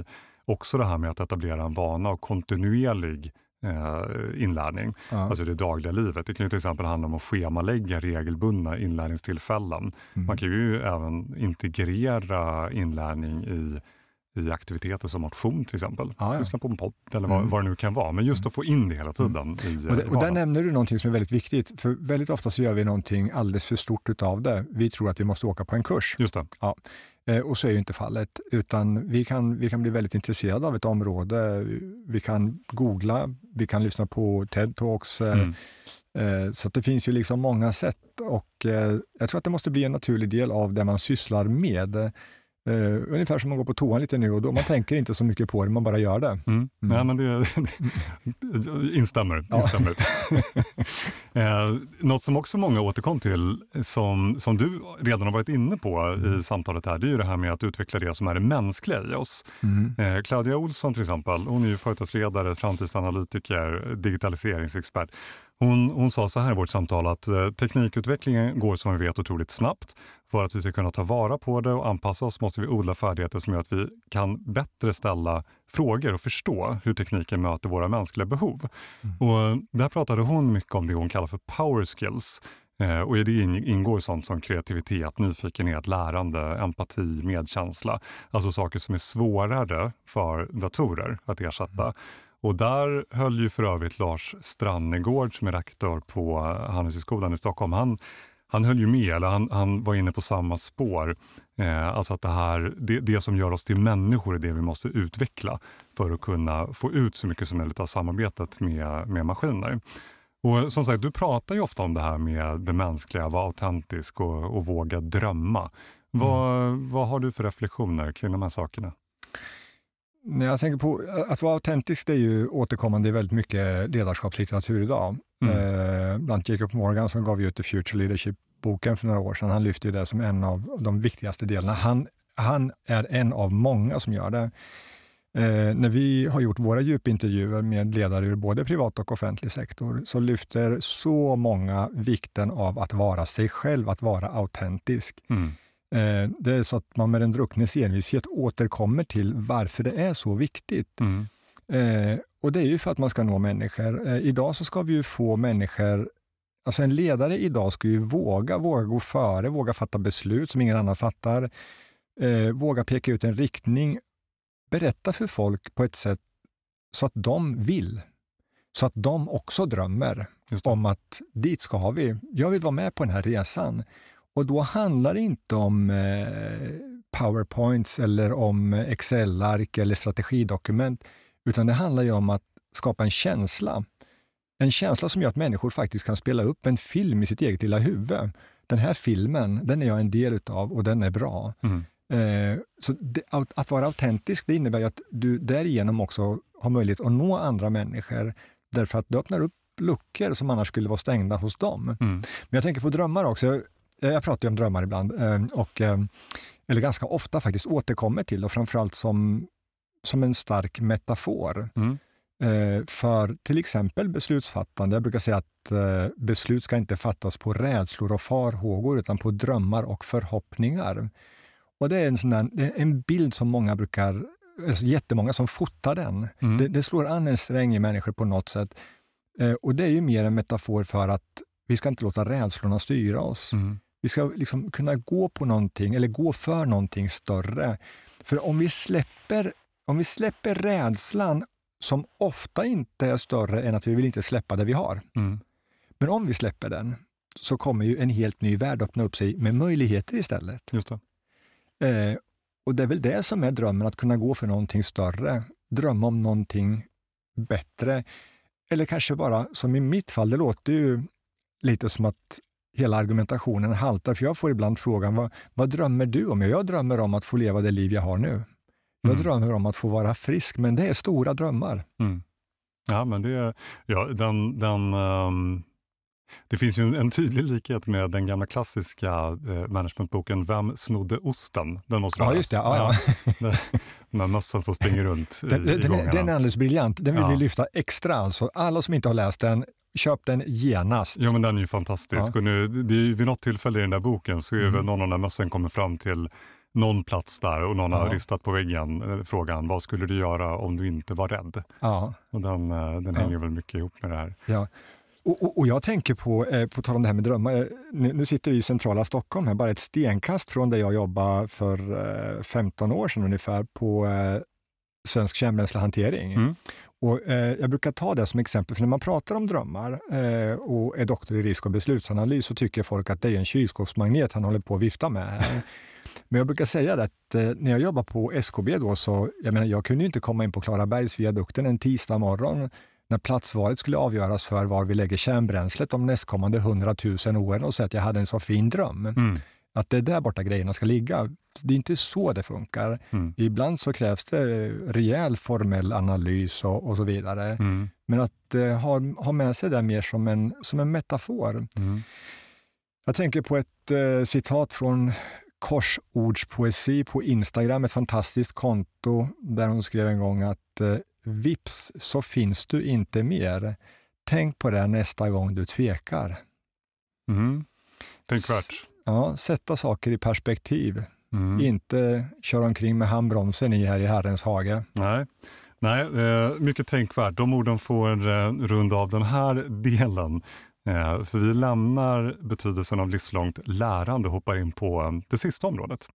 också det här med att etablera en vana och kontinuerlig inlärning, alltså det dagliga livet. Det kan ju till exempel handla om att schemalägga regelbundna inlärningstillfällen. Man kan ju även integrera inlärning i aktiviteter som motion till exempel. Lyssna på en podd eller vad det nu kan vara. Men just att få in det hela tiden.
Och där nämner du någonting som är väldigt viktigt. För väldigt ofta så gör vi någonting alldeles för stort utav det. Vi tror att vi måste åka på en kurs.
Just det.
Ja. Och så är ju inte fallet. Utan vi kan bli väldigt intresserade av ett område. Vi kan googla, vi kan lyssna på TED-talks. Så att det finns ju liksom många sätt. Och jag tror att det måste bli en naturlig del av det man sysslar med. Ungefär som man går på toan lite nu och då man tänker inte så mycket på det, man bara gör det.
Nej, men det instämmer. Något som också många återkom till som du redan har varit inne på i samtalet här, det är ju det här med att utveckla det som är det mänskliga i oss. Claudia Olsson till exempel, hon är ju företagsledare, framtidsanalytiker, digitaliseringsexpert. Hon sa så här i vårt samtal att teknikutvecklingen går som vi vet otroligt snabbt. För att vi ska kunna ta vara på det och anpassa oss måste vi odla färdigheter som gör att vi kan bättre ställa frågor och förstå hur tekniken möter våra mänskliga behov. Och där pratade hon mycket om det hon kallar för power skills. Och i det ingår sånt som kreativitet, nyfikenhet, lärande, empati, medkänsla. Alltså saker som är svårare för datorer att ersätta. Och där höll ju för övrigt Lars Strannegård som är rektor på Handelshögskolan i Stockholm. Han höll ju med, eller han var inne på samma spår. Alltså att det som gör oss till människor är det vi måste utveckla för att kunna få ut så mycket som möjligt av samarbetet med maskiner. Och som sagt, du pratar ju ofta om det här med det mänskliga, vara autentisk och våga drömma. Vad har du för reflektioner kring de här sakerna?
När jag tänker på att vara autentisk, det är ju återkommande i väldigt mycket ledarskapslitteratur idag. Bland Jacob Morgan som gav ut The Future Leadership-boken för några år sedan. Han lyfte ju det som en av de viktigaste delarna. Han är en av många som gör det. När vi har gjort våra djupintervjuer med ledare ur både privat och offentlig sektor så lyfter så många vikten av att vara sig själv, att vara autentisk. Det är så att man med en drucknes envishet återkommer till varför det är så viktigt. Och det är ju för att man ska nå människor. Idag så ska vi ju få människor, alltså en ledare idag ska ju våga gå före, våga fatta beslut som ingen annan fattar, våga peka ut en riktning, berätta för folk på ett sätt så att de vill, så att de också drömmer om att dit ska vi. Jag vill vara med på den här resan. Och då handlar det inte om PowerPoints eller om Excel-ark eller strategidokument, utan det handlar ju om att skapa en känsla. En känsla som gör att människor faktiskt kan spela upp en film i sitt eget lilla huvud. Den här filmen, den är jag en del utav och den är bra. Så att vara autentisk, det innebär ju att du därigenom också har möjlighet att nå andra människor, därför att du öppnar upp luckor som annars skulle vara stängda hos dem. Men jag tänker på drömmar också. Jag pratar ju om drömmar ibland eller ganska ofta faktiskt återkommer till, och framförallt som en stark metafor för till exempel beslutsfattande. Jag brukar säga att beslut ska inte fattas på rädslor och farhågor utan på drömmar och förhoppningar. Och det är en bild som många brukar, alltså jättemånga som fotar den. Det slår an en sträng i människor på något sätt. Och det är ju mer en metafor för att vi ska inte låta rädslorna styra oss. Vi ska liksom kunna gå på någonting eller gå för någonting större. För om vi släpper rädslan, som ofta inte är större än att vi vill inte släppa det vi har. Men om vi släpper den så kommer ju en helt ny värld öppna upp sig med möjligheter istället.
Just det.
Och det är väl det som är drömmen, att kunna gå för någonting större. Drömma om någonting bättre. Eller kanske bara, som i mitt fall, det låter ju lite som att hela argumentationen haltar. För jag får ibland frågan, vad drömmer du om? Jag drömmer om att få leva det liv jag har nu. Jag drömmer om att få vara frisk, men det är stora drömmar.
Ja, men det finns ju en tydlig likhet med den gamla klassiska managementboken Vem snodde osten? Den måste
ja, just det. Ja.
Den här mössan som springer runt i gångarna. Den
är alldeles briljant. Den vill vi lyfta extra. Alltså. Alla som inte har läst den, köp den genast.
Ja, men den är ju fantastisk. Och nu, vid något tillfälle i den där boken så är väl någon av de där mössen kommer fram till någon plats där och någon har ristat på väggen frågan, vad skulle du göra om du inte var rädd?
Ja.
Och den hänger väl mycket ihop med det här.
Ja. Och jag tänker på tal om det här med drömmar, nu sitter vi i centrala Stockholm här, bara ett stenkast från där jag jobbade för 15 år sedan ungefär på Svensk kärnbränslehantering. Och jag brukar ta det som exempel, för när man pratar om drömmar och är doktor i risk- och beslutsanalys så tycker folk att det är en kylskåpsmagnet han håller på att vifta med här. Men jag brukar säga det att när jag jobbar på SKB då så, jag kunde ju inte komma in på Klarabergsviadukten en tisdag morgon när platsvalet skulle avgöras för var vi lägger kärnbränslet de nästkommande 100 000 åren och säga att jag hade en så fin dröm. Att det är där borta grejerna ska ligga. Det är inte så det funkar. Ibland så krävs det rejäl formell analys och så vidare. Men att ha med sig det mer som en metafor. Jag tänker på ett citat från Korsordspoesi på Instagram, ett fantastiskt konto där hon skrev en gång att vips så finns du inte mer. Tänk på det nästa gång du tvekar.
Tänkvärt.
Ja, sätta saker i perspektiv. Inte köra omkring med handbromsen här i Herrens hage.
Nej, mycket tänkvärt. De orden får runda av den här delen. För vi lämnar betydelsen av livslångt lärande och hoppar in på det sista området.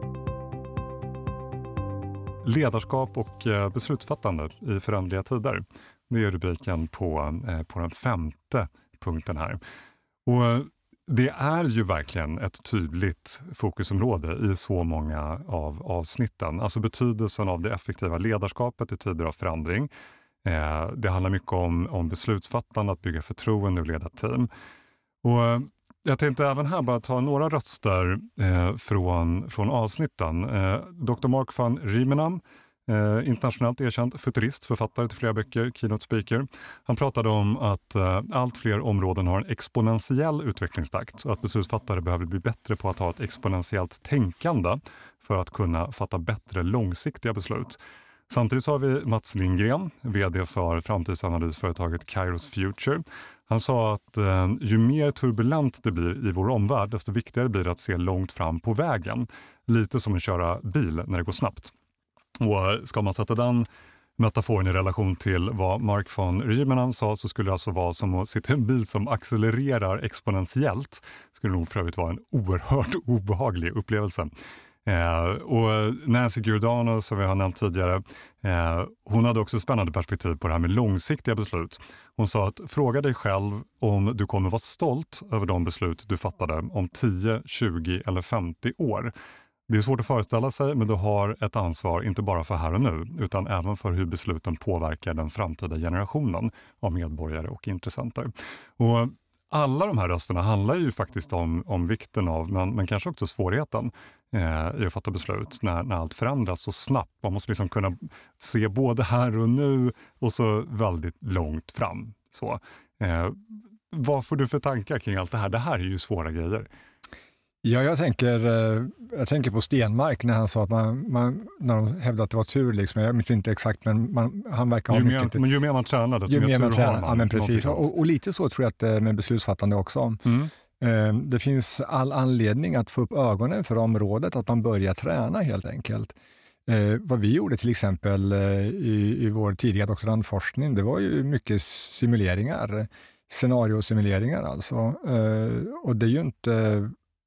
Ledarskap och beslutsfattande i föränderliga tider. Det är rubriken på den 5:e punkten här. Och det är ju verkligen ett tydligt fokusområde i så många av avsnitten. Alltså betydelsen av det effektiva ledarskapet i tider av förändring. Det handlar mycket om beslutsfattande, att bygga förtroende och leda team. Och jag tänkte även här bara ta några röster från avsnitten. Dr. Mark van Riemenam, internationellt erkänd futurist, författare till flera böcker, keynote speaker. Han pratade om att allt fler områden har en exponentiell utvecklingstakt och att beslutsfattare behöver bli bättre på att ha ett exponentiellt tänkande för att kunna fatta bättre långsiktiga beslut. Samtidigt så har vi Mats Lindgren, vd för framtidsanalysföretaget Kairos Future. Han sa att ju mer turbulent det blir i vår omvärld, desto viktigare blir det att se långt fram på vägen. Lite som att köra bil när det går snabbt. Och ska man sätta den metaforen i relation till vad Mark van Riemenam sa, så skulle det alltså vara som att sitta i en bil som accelererar exponentiellt. Skulle nog för övrigt vara en oerhört obehaglig upplevelse. Och Nancy Giordano, som vi har nämnt tidigare, hon hade också spännande perspektiv på det här med långsiktiga beslut. Hon sa att fråga dig själv om du kommer vara stolt över de beslut du fattade om 10, 20 eller 50 år. Det är svårt att föreställa sig, men du har ett ansvar inte bara för här och nu utan även för hur besluten påverkar den framtida generationen av medborgare och intressenter. Och alla de här rösterna handlar ju faktiskt om vikten av, men kanske också svårigheten i att fatta beslut när allt förändras så snabbt. Man måste liksom kunna se både här och nu och så väldigt långt fram. Så, vad får du för tankar kring allt det här? Det här är ju svåra grejer.
Ja, jag tänker på Stenmark när han sa att när de hävdade att det var tur, liksom, jag minns inte exakt, men han verkar ha mycket...
Men ju mer man tränar, desto mer tur har man.
Ja, men precis. Och lite så tror jag att det är med beslutsfattande också. Det finns all anledning att få upp ögonen för området, att man börjar träna helt enkelt. Vad vi gjorde till exempel i vår tidiga doktorandforskning, det var ju mycket simuleringar, scenariosimuleringar alltså. Och det är ju inte...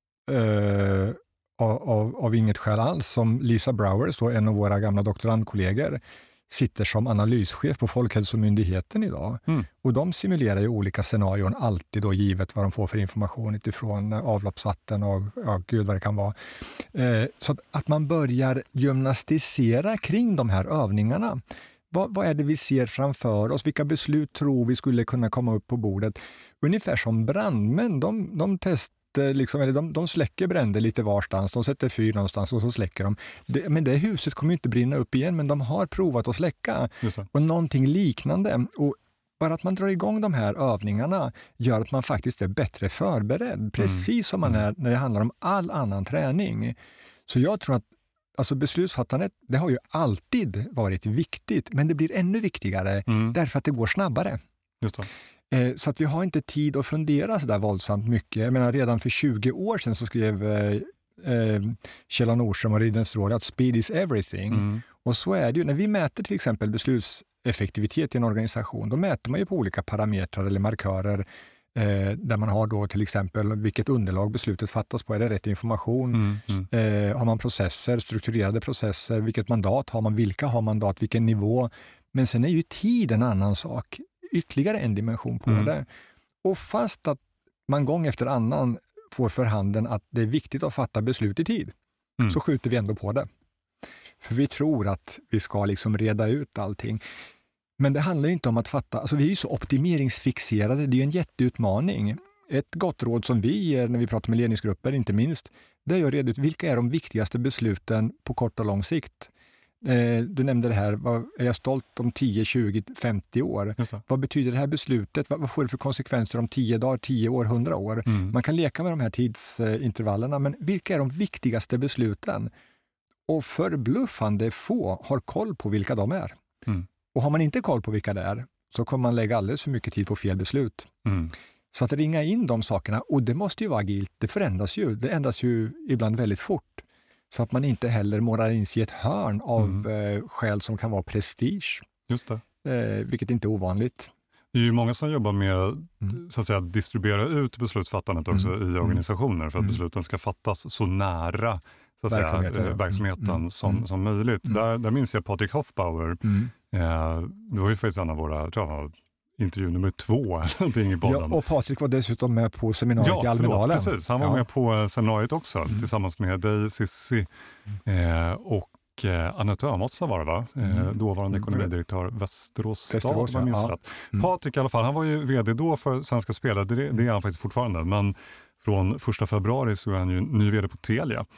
av inget skäl alls som Lisa Browers, en av våra gamla doktorandkollegor, sitter som analyschef på Folkhälsomyndigheten idag. Och de simulerar ju olika scenarion alltid då, givet vad de får för information utifrån avloppsvatten och gud vad det kan vara. Så att man börjar gymnastisera kring de här övningarna. Vad är det vi ser framför oss? Vilka beslut tror vi skulle kunna komma upp på bordet? Ungefär som brandmän, de testar liksom, eller de släcker bränder lite varstans, de sätter fyr någonstans och så släcker de. Men det huset kommer inte brinna upp igen, men de har provat att släcka. Och någonting liknande. Och bara att man drar igång de här övningarna gör att man faktiskt är bättre förberedd, precis som man är när det handlar om all annan träning. Så jag tror att alltså beslutsfattandet, det har ju alltid varit viktigt, men det blir ännu viktigare därför att det går snabbare.
Just det.
Så att vi har inte tid att fundera så där våldsamt mycket. Jag menar, redan för 20 år sedan så skrev Kjell Nordström och Ridderstråle, att speed is everything. Och så är det ju. När vi mäter till exempel beslutseffektivitet i en organisation, då mäter man ju på olika parametrar eller markörer där man har då till exempel vilket underlag beslutet fattas på. Är det rätt information? Har man processer, strukturerade processer? Vilket mandat har man? Vilka har mandat? Vilken nivå? Men sen är ju tid en annan sak. Ytterligare en dimension på det. Och fast att man gång efter annan får för handen att det är viktigt att fatta beslut i tid, så skjuter vi ändå på det. För vi tror att vi ska liksom reda ut allting. Men det handlar ju inte om att fatta, alltså vi är ju så optimeringsfixerade, det är ju en jätteutmaning. Ett gott råd som vi ger när vi pratar med ledningsgrupper, inte minst, det är att reda ut vilka är de viktigaste besluten på kort och lång sikt. Du nämnde det här, är jag stolt om 10, 20, 50 år? Vad betyder det här beslutet? Vad får det för konsekvenser om 10 dagar, 10 år, 100 år? Man kan leka med de här tidsintervallerna, men vilka är de viktigaste besluten? Och förbluffande få har koll på vilka de är. Och har man inte koll på vilka det är, så kommer man lägga alldeles för mycket tid på fel beslut. Så att ringa in de sakerna, och det måste ju vara agilt, det förändras ju. Det ändras ju ibland väldigt fort. Så att man inte heller målar in sig i ett hörn av skäl som kan vara prestige.
Just det.
Vilket inte är ovanligt.
Det är ju många som jobbar med så att säga, distribuera ut beslutsfattandet också i organisationer för att besluten ska fattas så nära så att verksamheten som möjligt. Där minns jag Patrik Hoffbauer. Det var ju faktiskt en av våra intervju nummer 2 eller någonting i podden.
Ja, och Patrik var dessutom med på seminariet i Almedalen.
Ja, precis. Han var med på seminariet också tillsammans med dig, Sissi och Anette Ömossa var det, va? Dåvarande ekonomidirektör Västerås stad. Patrik i alla fall, han var ju vd då för Svenska Spel. Det är han faktiskt fortfarande. Men från 1 februari så är han ju ny vd på Telia.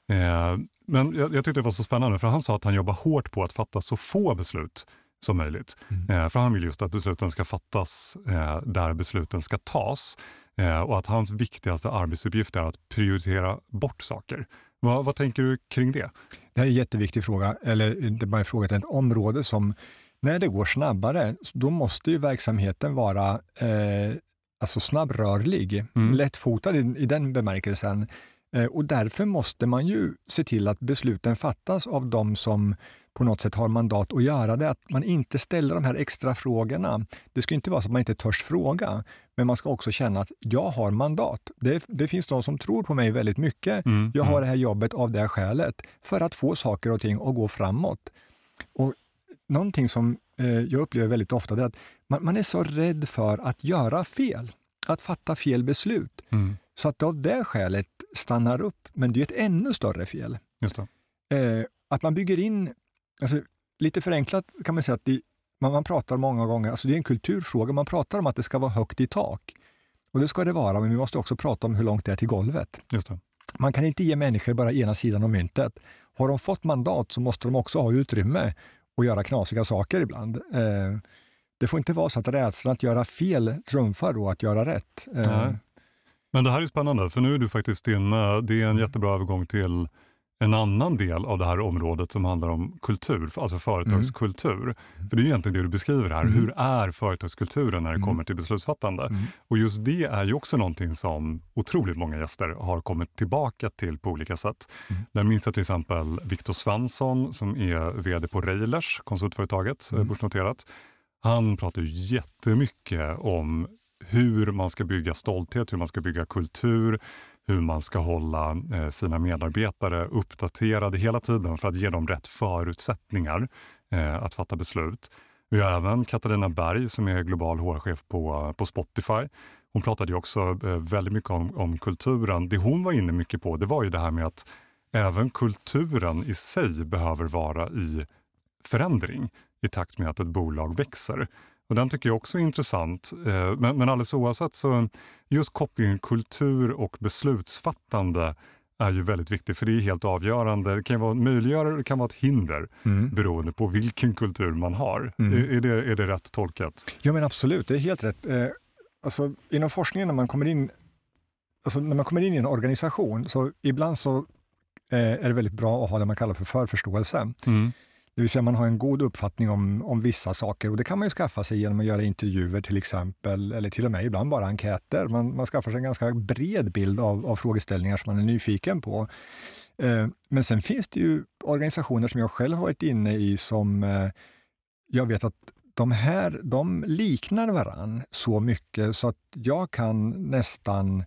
Men jag tyckte det var så spännande, för han sa att han jobbar hårt på att fatta så få beslut som möjligt. För han vill just att besluten ska fattas där besluten ska tas. Och att hans viktigaste arbetsuppgift är att prioritera bort saker. Vad tänker du kring det?
Det här är en jätteviktig fråga, eller det är bara en fråga till ett område som, när det går snabbare, då måste ju verksamheten vara alltså snabbrörlig, lättfotad i den bemärkelsen. Och därför måste man ju se till att besluten fattas av de som på något sätt har mandat att göra det. Att man inte ställer de här extra frågorna. Det ska inte vara så att man inte törs fråga, men man ska också känna att jag har mandat. Det finns de som tror på mig väldigt mycket. Jag har det här jobbet av det här skälet för att få saker och ting att gå framåt. Och någonting som jag upplever väldigt ofta är att man är så rädd för att göra fel, att fatta fel beslut. Så att av det skälet stannar upp, men det är ett ännu större fel.
Just det.
Att man bygger in, alltså, lite förenklat kan man säga att man pratar många gånger, alltså det är en kulturfråga, man pratar om att det ska vara högt i tak. Och det ska det vara, men vi måste också prata om hur långt det är till golvet.
Just det.
Man kan inte ge människor bara ena sidan av myntet. Har de fått mandat så måste de också ha utrymme att göra knasiga saker ibland. Det får inte vara så att rädslan att göra fel trumfar då att göra rätt.
Men det här är spännande, för nu är du faktiskt inne, det är en jättebra övergång till en annan del av det här området som handlar om kultur, alltså företagskultur. För det är egentligen det du beskriver här. Hur är företagskulturen när det kommer till beslutsfattande? Och just det är ju också någonting som otroligt många gäster har kommit tillbaka till på olika sätt. Där minns jag till exempel Viktor Svensson som är vd på Railers, konsultföretaget, börsnoterat. Han pratar ju jättemycket om hur man ska bygga stolthet, hur man ska bygga kultur, hur man ska hålla sina medarbetare uppdaterade hela tiden för att ge dem rätt förutsättningar att fatta beslut. Vi har även Katarina Berg som är global HR-chef på Spotify. Hon pratade ju också väldigt mycket om kulturen. Det hon var inne mycket på, det var ju det här med att även kulturen i sig behöver vara i förändring i takt med att ett bolag växer. Och den tycker jag också är intressant. Men alldeles oavsett så just kopplingen kultur och beslutsfattande är ju väldigt viktigt, för det är helt avgörande. Det kan vara en möjliggörare, det kan vara ett hinder beroende på vilken kultur man har. Är det rätt tolkat?
Ja, men absolut, det är helt rätt. Alltså, inom forskningen när man kommer in i en organisation så ibland så är det väldigt bra att ha det man kallar för förförståelse. Det vill säga man har en god uppfattning om vissa saker och det kan man ju skaffa sig genom att göra intervjuer till exempel, eller till och med ibland bara enkäter. Man skaffar sig en ganska bred bild av frågeställningar som man är nyfiken på. Men sen finns det ju organisationer som jag själv har varit inne i som jag vet att de liknar varann så mycket så att jag kan nästan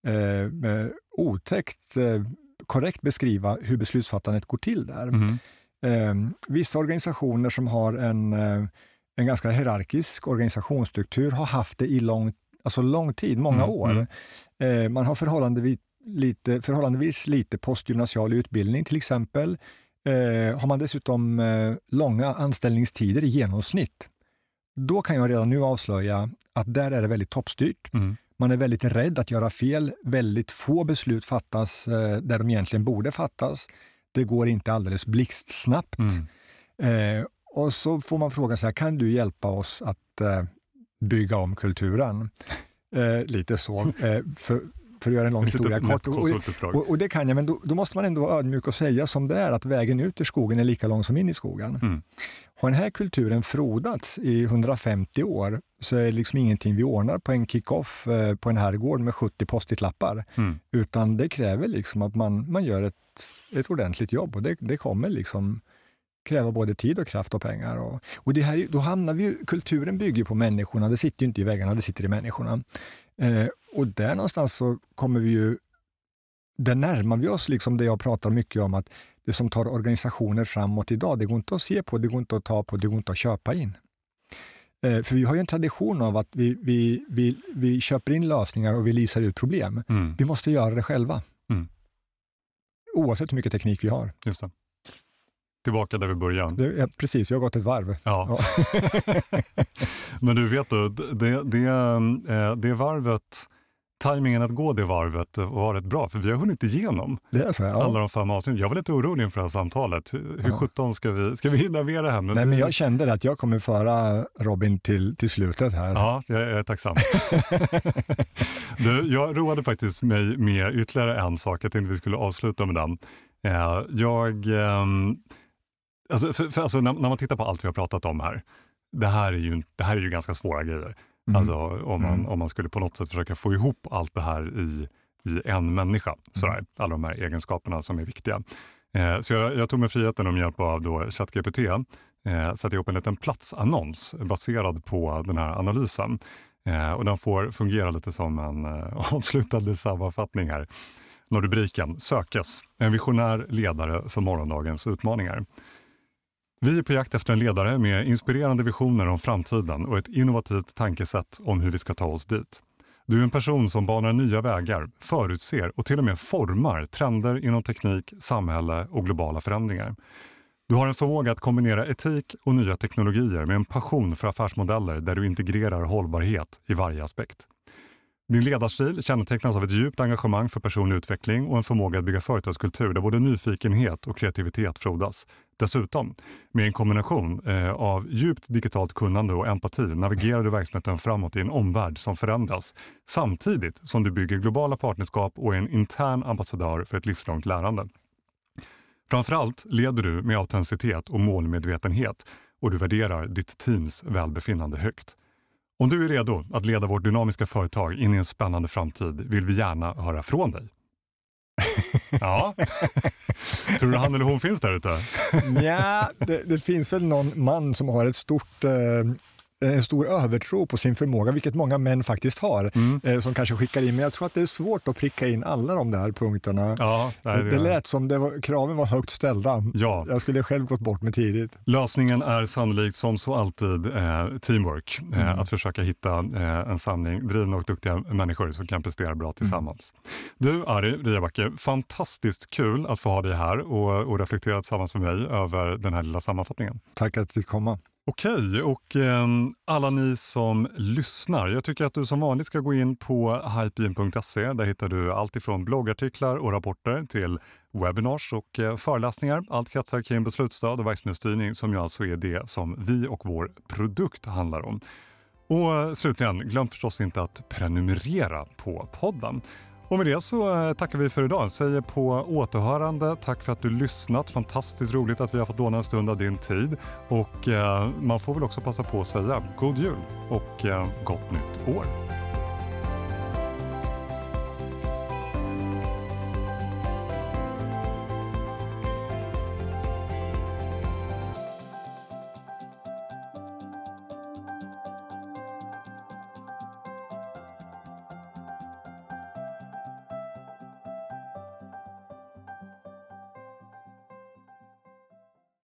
korrekt beskriva hur beslutsfattandet går till där. Vissa organisationer som har en ganska hierarkisk organisationsstruktur har haft det i lång tid, många år. Man har förhållandevis lite postgymnasial utbildning till exempel. Har man dessutom långa anställningstider i genomsnitt, då kan jag redan nu avslöja att där är det väldigt toppstyrt. Man är väldigt rädd att göra fel. Väldigt få beslut fattas där de egentligen borde fattas. Det går inte alldeles blixtsnabbt. Och så får man fråga sig, kan du hjälpa oss att bygga om kulturen? Lite så. För att göra en lång historia kort. Och det kan jag, men då måste man ändå vara ödmjuk och säga som det är, att vägen ut ur skogen är lika lång som in i skogen. Har den här kulturen frodats i 150 år så är det liksom ingenting vi ordnar på en kick-off på en herrgård med 70 post-it-lappar. Utan det kräver liksom att man gör ett ordentligt jobb och det kommer liksom kräva både tid och kraft och pengar. Och det här, då hamnar vi, kulturen bygger på människorna, det sitter ju inte i väggarna, det sitter i människorna. Och där någonstans så kommer vi ju, där närmar vi oss liksom det jag pratar mycket om, att det som tar organisationer framåt idag, det går inte att se på, det går inte att ta på, det går inte att köpa in. För vi har ju en tradition av att vi köper in lösningar och vi lisar ut problem. Vi måste göra det själva. Oavsett hur mycket teknik vi har.
Just det. Tillbaka där vi började.
Precis, jag har gått ett varv.
Ja. Men du vet du, det varvet, tajmingen att gå det varvet var rätt bra, för vi har hunnit igenom alla de 5 avsnitt. Jag var lite orolig inför det här samtalet. Hur 17 ska vi hinna med det här?
Men jag kände att jag kommer föra Robin till slutet här.
Ja, jag är tacksam. Jag roade faktiskt mig med ytterligare en sak. Jag tänkte vi skulle avsluta med den. Alltså när man tittar på allt vi har pratat om här, det här är ju ganska svåra grejer. Alltså om man skulle på något sätt försöka få ihop allt det här i en människa, sådär, alla de här egenskaperna som är viktiga. Så jag tog mig friheten med hjälp av då ChatGPT, satte ihop en liten platsannons baserad på den här analysen. Och den får fungera lite som en avslutande sammanfattning här. När rubriken sökes, en visionär ledare för morgondagens utmaningar. Vi är på jakt efter en ledare med inspirerande visioner om framtiden och ett innovativt tankesätt om hur vi ska ta oss dit. Du är en person som banar nya vägar, förutser och till och med formar trender inom teknik, samhälle och globala förändringar. Du har en förmåga att kombinera etik och nya teknologier med en passion för affärsmodeller där du integrerar hållbarhet i varje aspekt. Din ledarstil kännetecknas av ett djupt engagemang för personlig utveckling och en förmåga att bygga företagskultur där både nyfikenhet och kreativitet frodas. Dessutom, med en kombination av djupt digitalt kunnande och empati navigerar du verksamheten framåt i en omvärld som förändras, samtidigt som du bygger globala partnerskap och är en intern ambassadör för ett livslångt lärande. Framförallt leder du med autenticitet och målmedvetenhet och du värderar ditt teams välbefinnande högt. Om du är redo att leda vårt dynamiska företag in i en spännande framtid vill vi gärna höra från dig. Ja. Tror du han eller hon finns där ute?
Ja, det finns väl någon man som har en stor övertro på sin förmåga, vilket många män faktiskt har, som kanske skickar in. Men jag tror att det är svårt att pricka in alla de där punkterna. Ja, det lät som kraven var högt ställda. Ja. Jag skulle själv gått bort med tidigt.
Lösningen är sannolikt som så alltid teamwork. Att försöka hitta en samling drivna och duktiga människor som kan prestera bra tillsammans. Du, Ari Riabacke, fantastiskt kul att få ha dig här och reflektera tillsammans med mig över den här lilla sammanfattningen.
Tack att du kom.
Okej, och alla ni som lyssnar, jag tycker att du som vanligt ska gå in på hypein.se. Där hittar du allt ifrån bloggartiklar och rapporter till webinars och föreläsningar. Allt kretsar kring beslutsstöd och verksamhetsstyrning som ju alltså är det som vi och vår produkt handlar om. Och slutligen, glöm förstås inte att prenumerera på podden. Och med det så tackar vi för idag. Säger på återhörande. Tack för att du lyssnat. Fantastiskt roligt att vi har fått låna en stund av din tid. Och man får väl också passa på att säga god jul och gott nytt år.